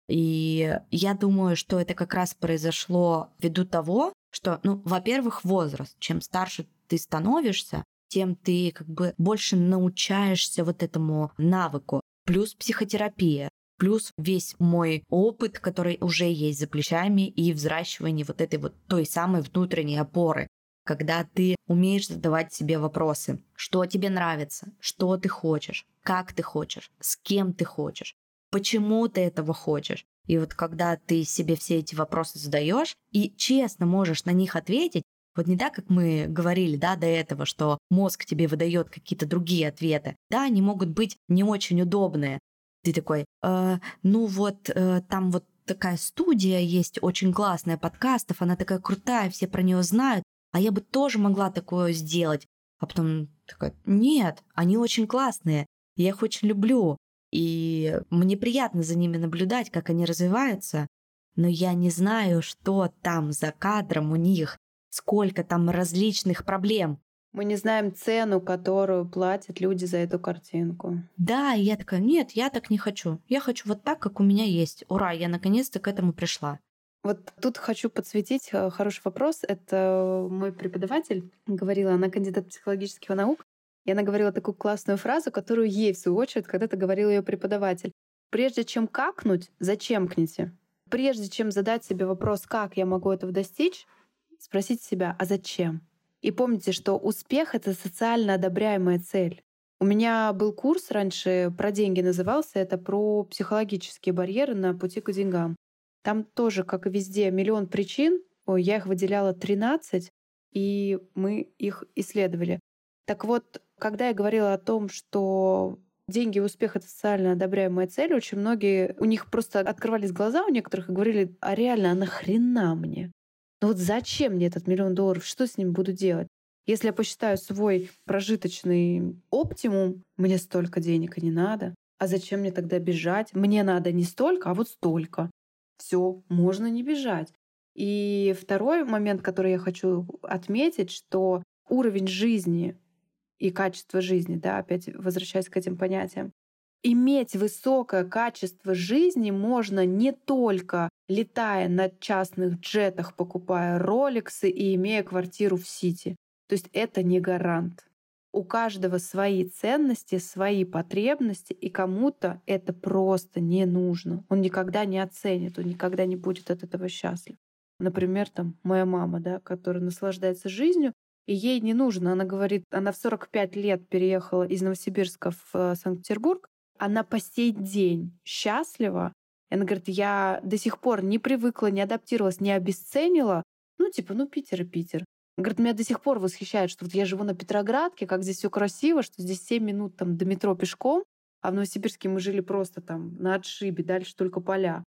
И я думаю, что это как раз произошло ввиду того, что, ну, во-первых, возраст. Чем старше ты становишься, тем ты как бы больше научаешься вот этому навыку. Плюс психотерапия, плюс весь мой опыт, который уже есть за плечами, и взращивание вот этой вот той самой внутренней опоры, когда ты умеешь задавать себе вопросы, что тебе нравится, что ты хочешь, как ты хочешь, с кем ты хочешь, почему ты этого хочешь. И вот когда ты себе все эти вопросы задаешь и честно можешь на них ответить, вот не так, как мы говорили, да, до этого, что мозг тебе выдает какие-то другие ответы. Да, они могут быть не очень удобные. Ты такой, э, ну вот э, там вот такая студия есть, очень классная, подкастов, она такая крутая, все про нее знают, а я бы тоже могла такое сделать. А потом такая, нет, они очень классные, я их очень люблю, и мне приятно за ними наблюдать, как они развиваются, но я не знаю, что там за кадром у них, сколько там различных проблем. Мы не знаем цену, которую платят люди за эту картинку. Да, и я такая, нет, я так не хочу. Я хочу вот так, как у меня есть. Ура, я наконец-то к этому пришла. Вот тут хочу подсветить хороший вопрос. Это мой преподаватель говорила, она кандидат психологических наук, и она говорила такую классную фразу, которую ей, в свою очередь, когда-то говорил ее преподаватель. Прежде чем какнуть, зачемкните. Прежде чем задать себе вопрос, как я могу этого достичь, спросите себя, а зачем? И помните, что успех — это социально одобряемая цель. У меня был курс раньше, про деньги назывался, это про психологические барьеры на пути к деньгам. Там тоже, как и везде, миллион причин. Ой, я их выделяла тринадцать, и мы их исследовали. Так вот, когда я говорила о том, что деньги и успех — это социально одобряемая цель, очень многие, у них просто открывались глаза у некоторых и говорили: а реально, а нахрена мне? Ну вот зачем мне этот миллион долларов? Что с ним буду делать? Если я посчитаю свой прожиточный оптимум, мне столько денег и не надо. А зачем мне тогда бежать? Мне надо не столько, а вот столько. Все, можно не бежать. И второй момент, который я хочу отметить, что уровень жизни и качество жизни, да, опять возвращаясь к этим понятиям, иметь высокое качество жизни можно не только летая на частных джетах, покупая роликсы и имея квартиру в Сити. То есть это не гарант. У каждого свои ценности, свои потребности, и кому-то это просто не нужно. Он никогда не оценит, он никогда не будет от этого счастлив. Например, там моя мама, да, которая наслаждается жизнью, и ей не нужно. Она говорит, она в сорок пять лет переехала из Новосибирска в Санкт-Петербург. Она по сей день счастлива. И она говорит, я до сих пор не привыкла, не адаптировалась, не обесценила. Ну, типа, ну, Питер и Питер. Говорит, меня до сих пор восхищает, что вот я живу на Петроградке, как здесь все красиво, что здесь семь минут там, до метро пешком, а в Новосибирске мы жили просто там на отшибе, дальше только поля.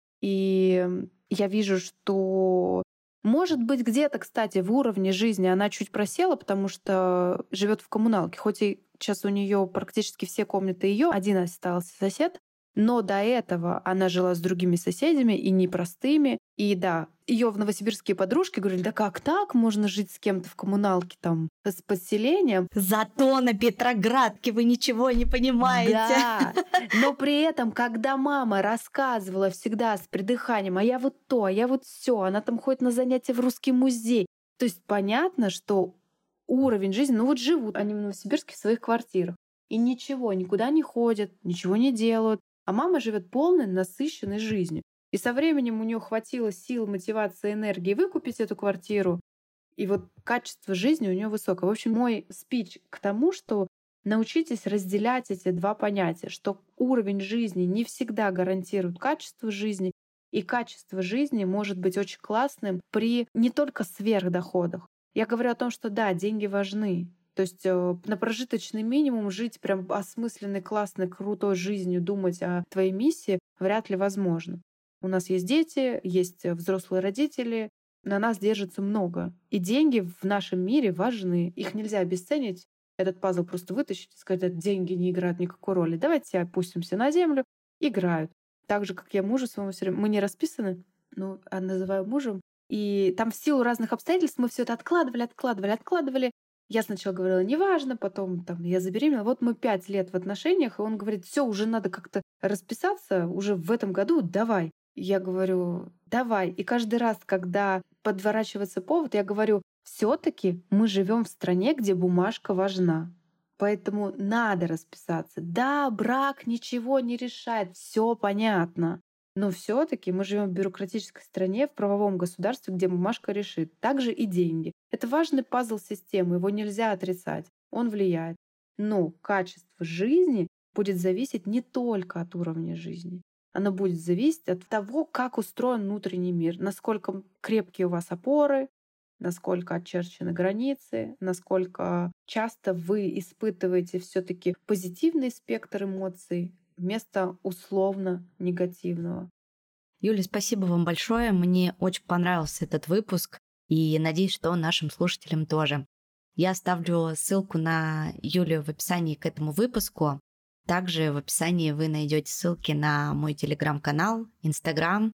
И я вижу, что, может быть, где-то, кстати, в уровне жизни она чуть просела, потому что живет в коммуналке. Хоть и сейчас у нее практически все комнаты ее, один остался сосед, но до этого она жила с другими соседями и непростыми. И да, ее в новосибирские подружки говорили, да как так можно жить с кем-то в коммуналке там с подселением? Зато на Петроградке вы ничего не понимаете. Да, но при этом, когда мама рассказывала всегда с придыханием, а я вот то, а я вот все, она там ходит на занятия в русский музей. То есть понятно, что уровень жизни, ну вот живут они в Новосибирске в своих квартирах. И ничего, никуда не ходят, ничего не делают. А мама живет полной, насыщенной жизнью. И со временем у нее хватило сил, мотивации, энергии выкупить эту квартиру. И вот качество жизни у нее высокое. В общем, мой спич к тому, что научитесь разделять эти два понятия, что уровень жизни не всегда гарантирует качество жизни, и качество жизни может быть очень классным при не только сверхдоходах. Я говорю о том, что да, деньги важны. То есть на прожиточный минимум жить прям осмысленной, классной, крутой жизнью, думать о твоей миссии вряд ли возможно. У нас есть дети, есть взрослые родители, на нас держится много. И деньги в нашем мире важны. Их нельзя обесценить. Этот пазл просто вытащить и сказать, что деньги не играют никакой роли. Давайте опустимся на землю. Играют. Так же, как я мужу своему все время. Мы не расписаны, но я называю мужем. И там в силу разных обстоятельств мы все это откладывали, откладывали, откладывали. Я сначала говорила, неважно, потом там, я забеременела. Вот мы пять лет в отношениях, и он говорит, все, уже надо как-то расписаться, уже в этом году давай. Я говорю, давай. И каждый раз, когда подворачивается повод, я говорю, все-таки мы живем в стране, где бумажка важна. Поэтому надо расписаться. Да, брак ничего не решает, все понятно. Но все-таки мы живем в бюрократической стране, в правовом государстве, где бумажка решит. Также и деньги. Это важный пазл системы, его нельзя отрицать. Он влияет. Но качество жизни будет зависеть не только от уровня жизни. Оно будет зависеть от того, как устроен внутренний мир, насколько крепкие у вас опоры, насколько очерчены границы, насколько часто вы испытываете все-таки позитивный спектр эмоций вместо условно негативного. Юля, спасибо вам большое. Мне очень понравился этот выпуск, и надеюсь, что нашим слушателям тоже. Я оставлю ссылку на Юлю в описании к этому выпуску. Также в описании вы найдете ссылки на мой телеграм-канал, инстаграм.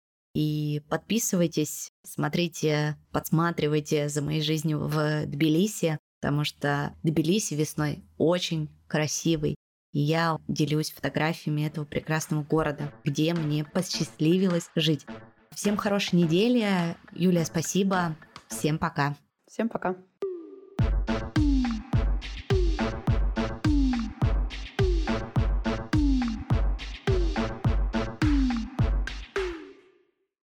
И подписывайтесь, смотрите, подсматривайте за моей жизнью в Тбилиси, потому что Тбилиси весной очень красивый. И я делюсь фотографиями этого прекрасного города, где мне посчастливилось жить. Всем хорошей недели. Юлия, спасибо. Всем пока. Всем пока.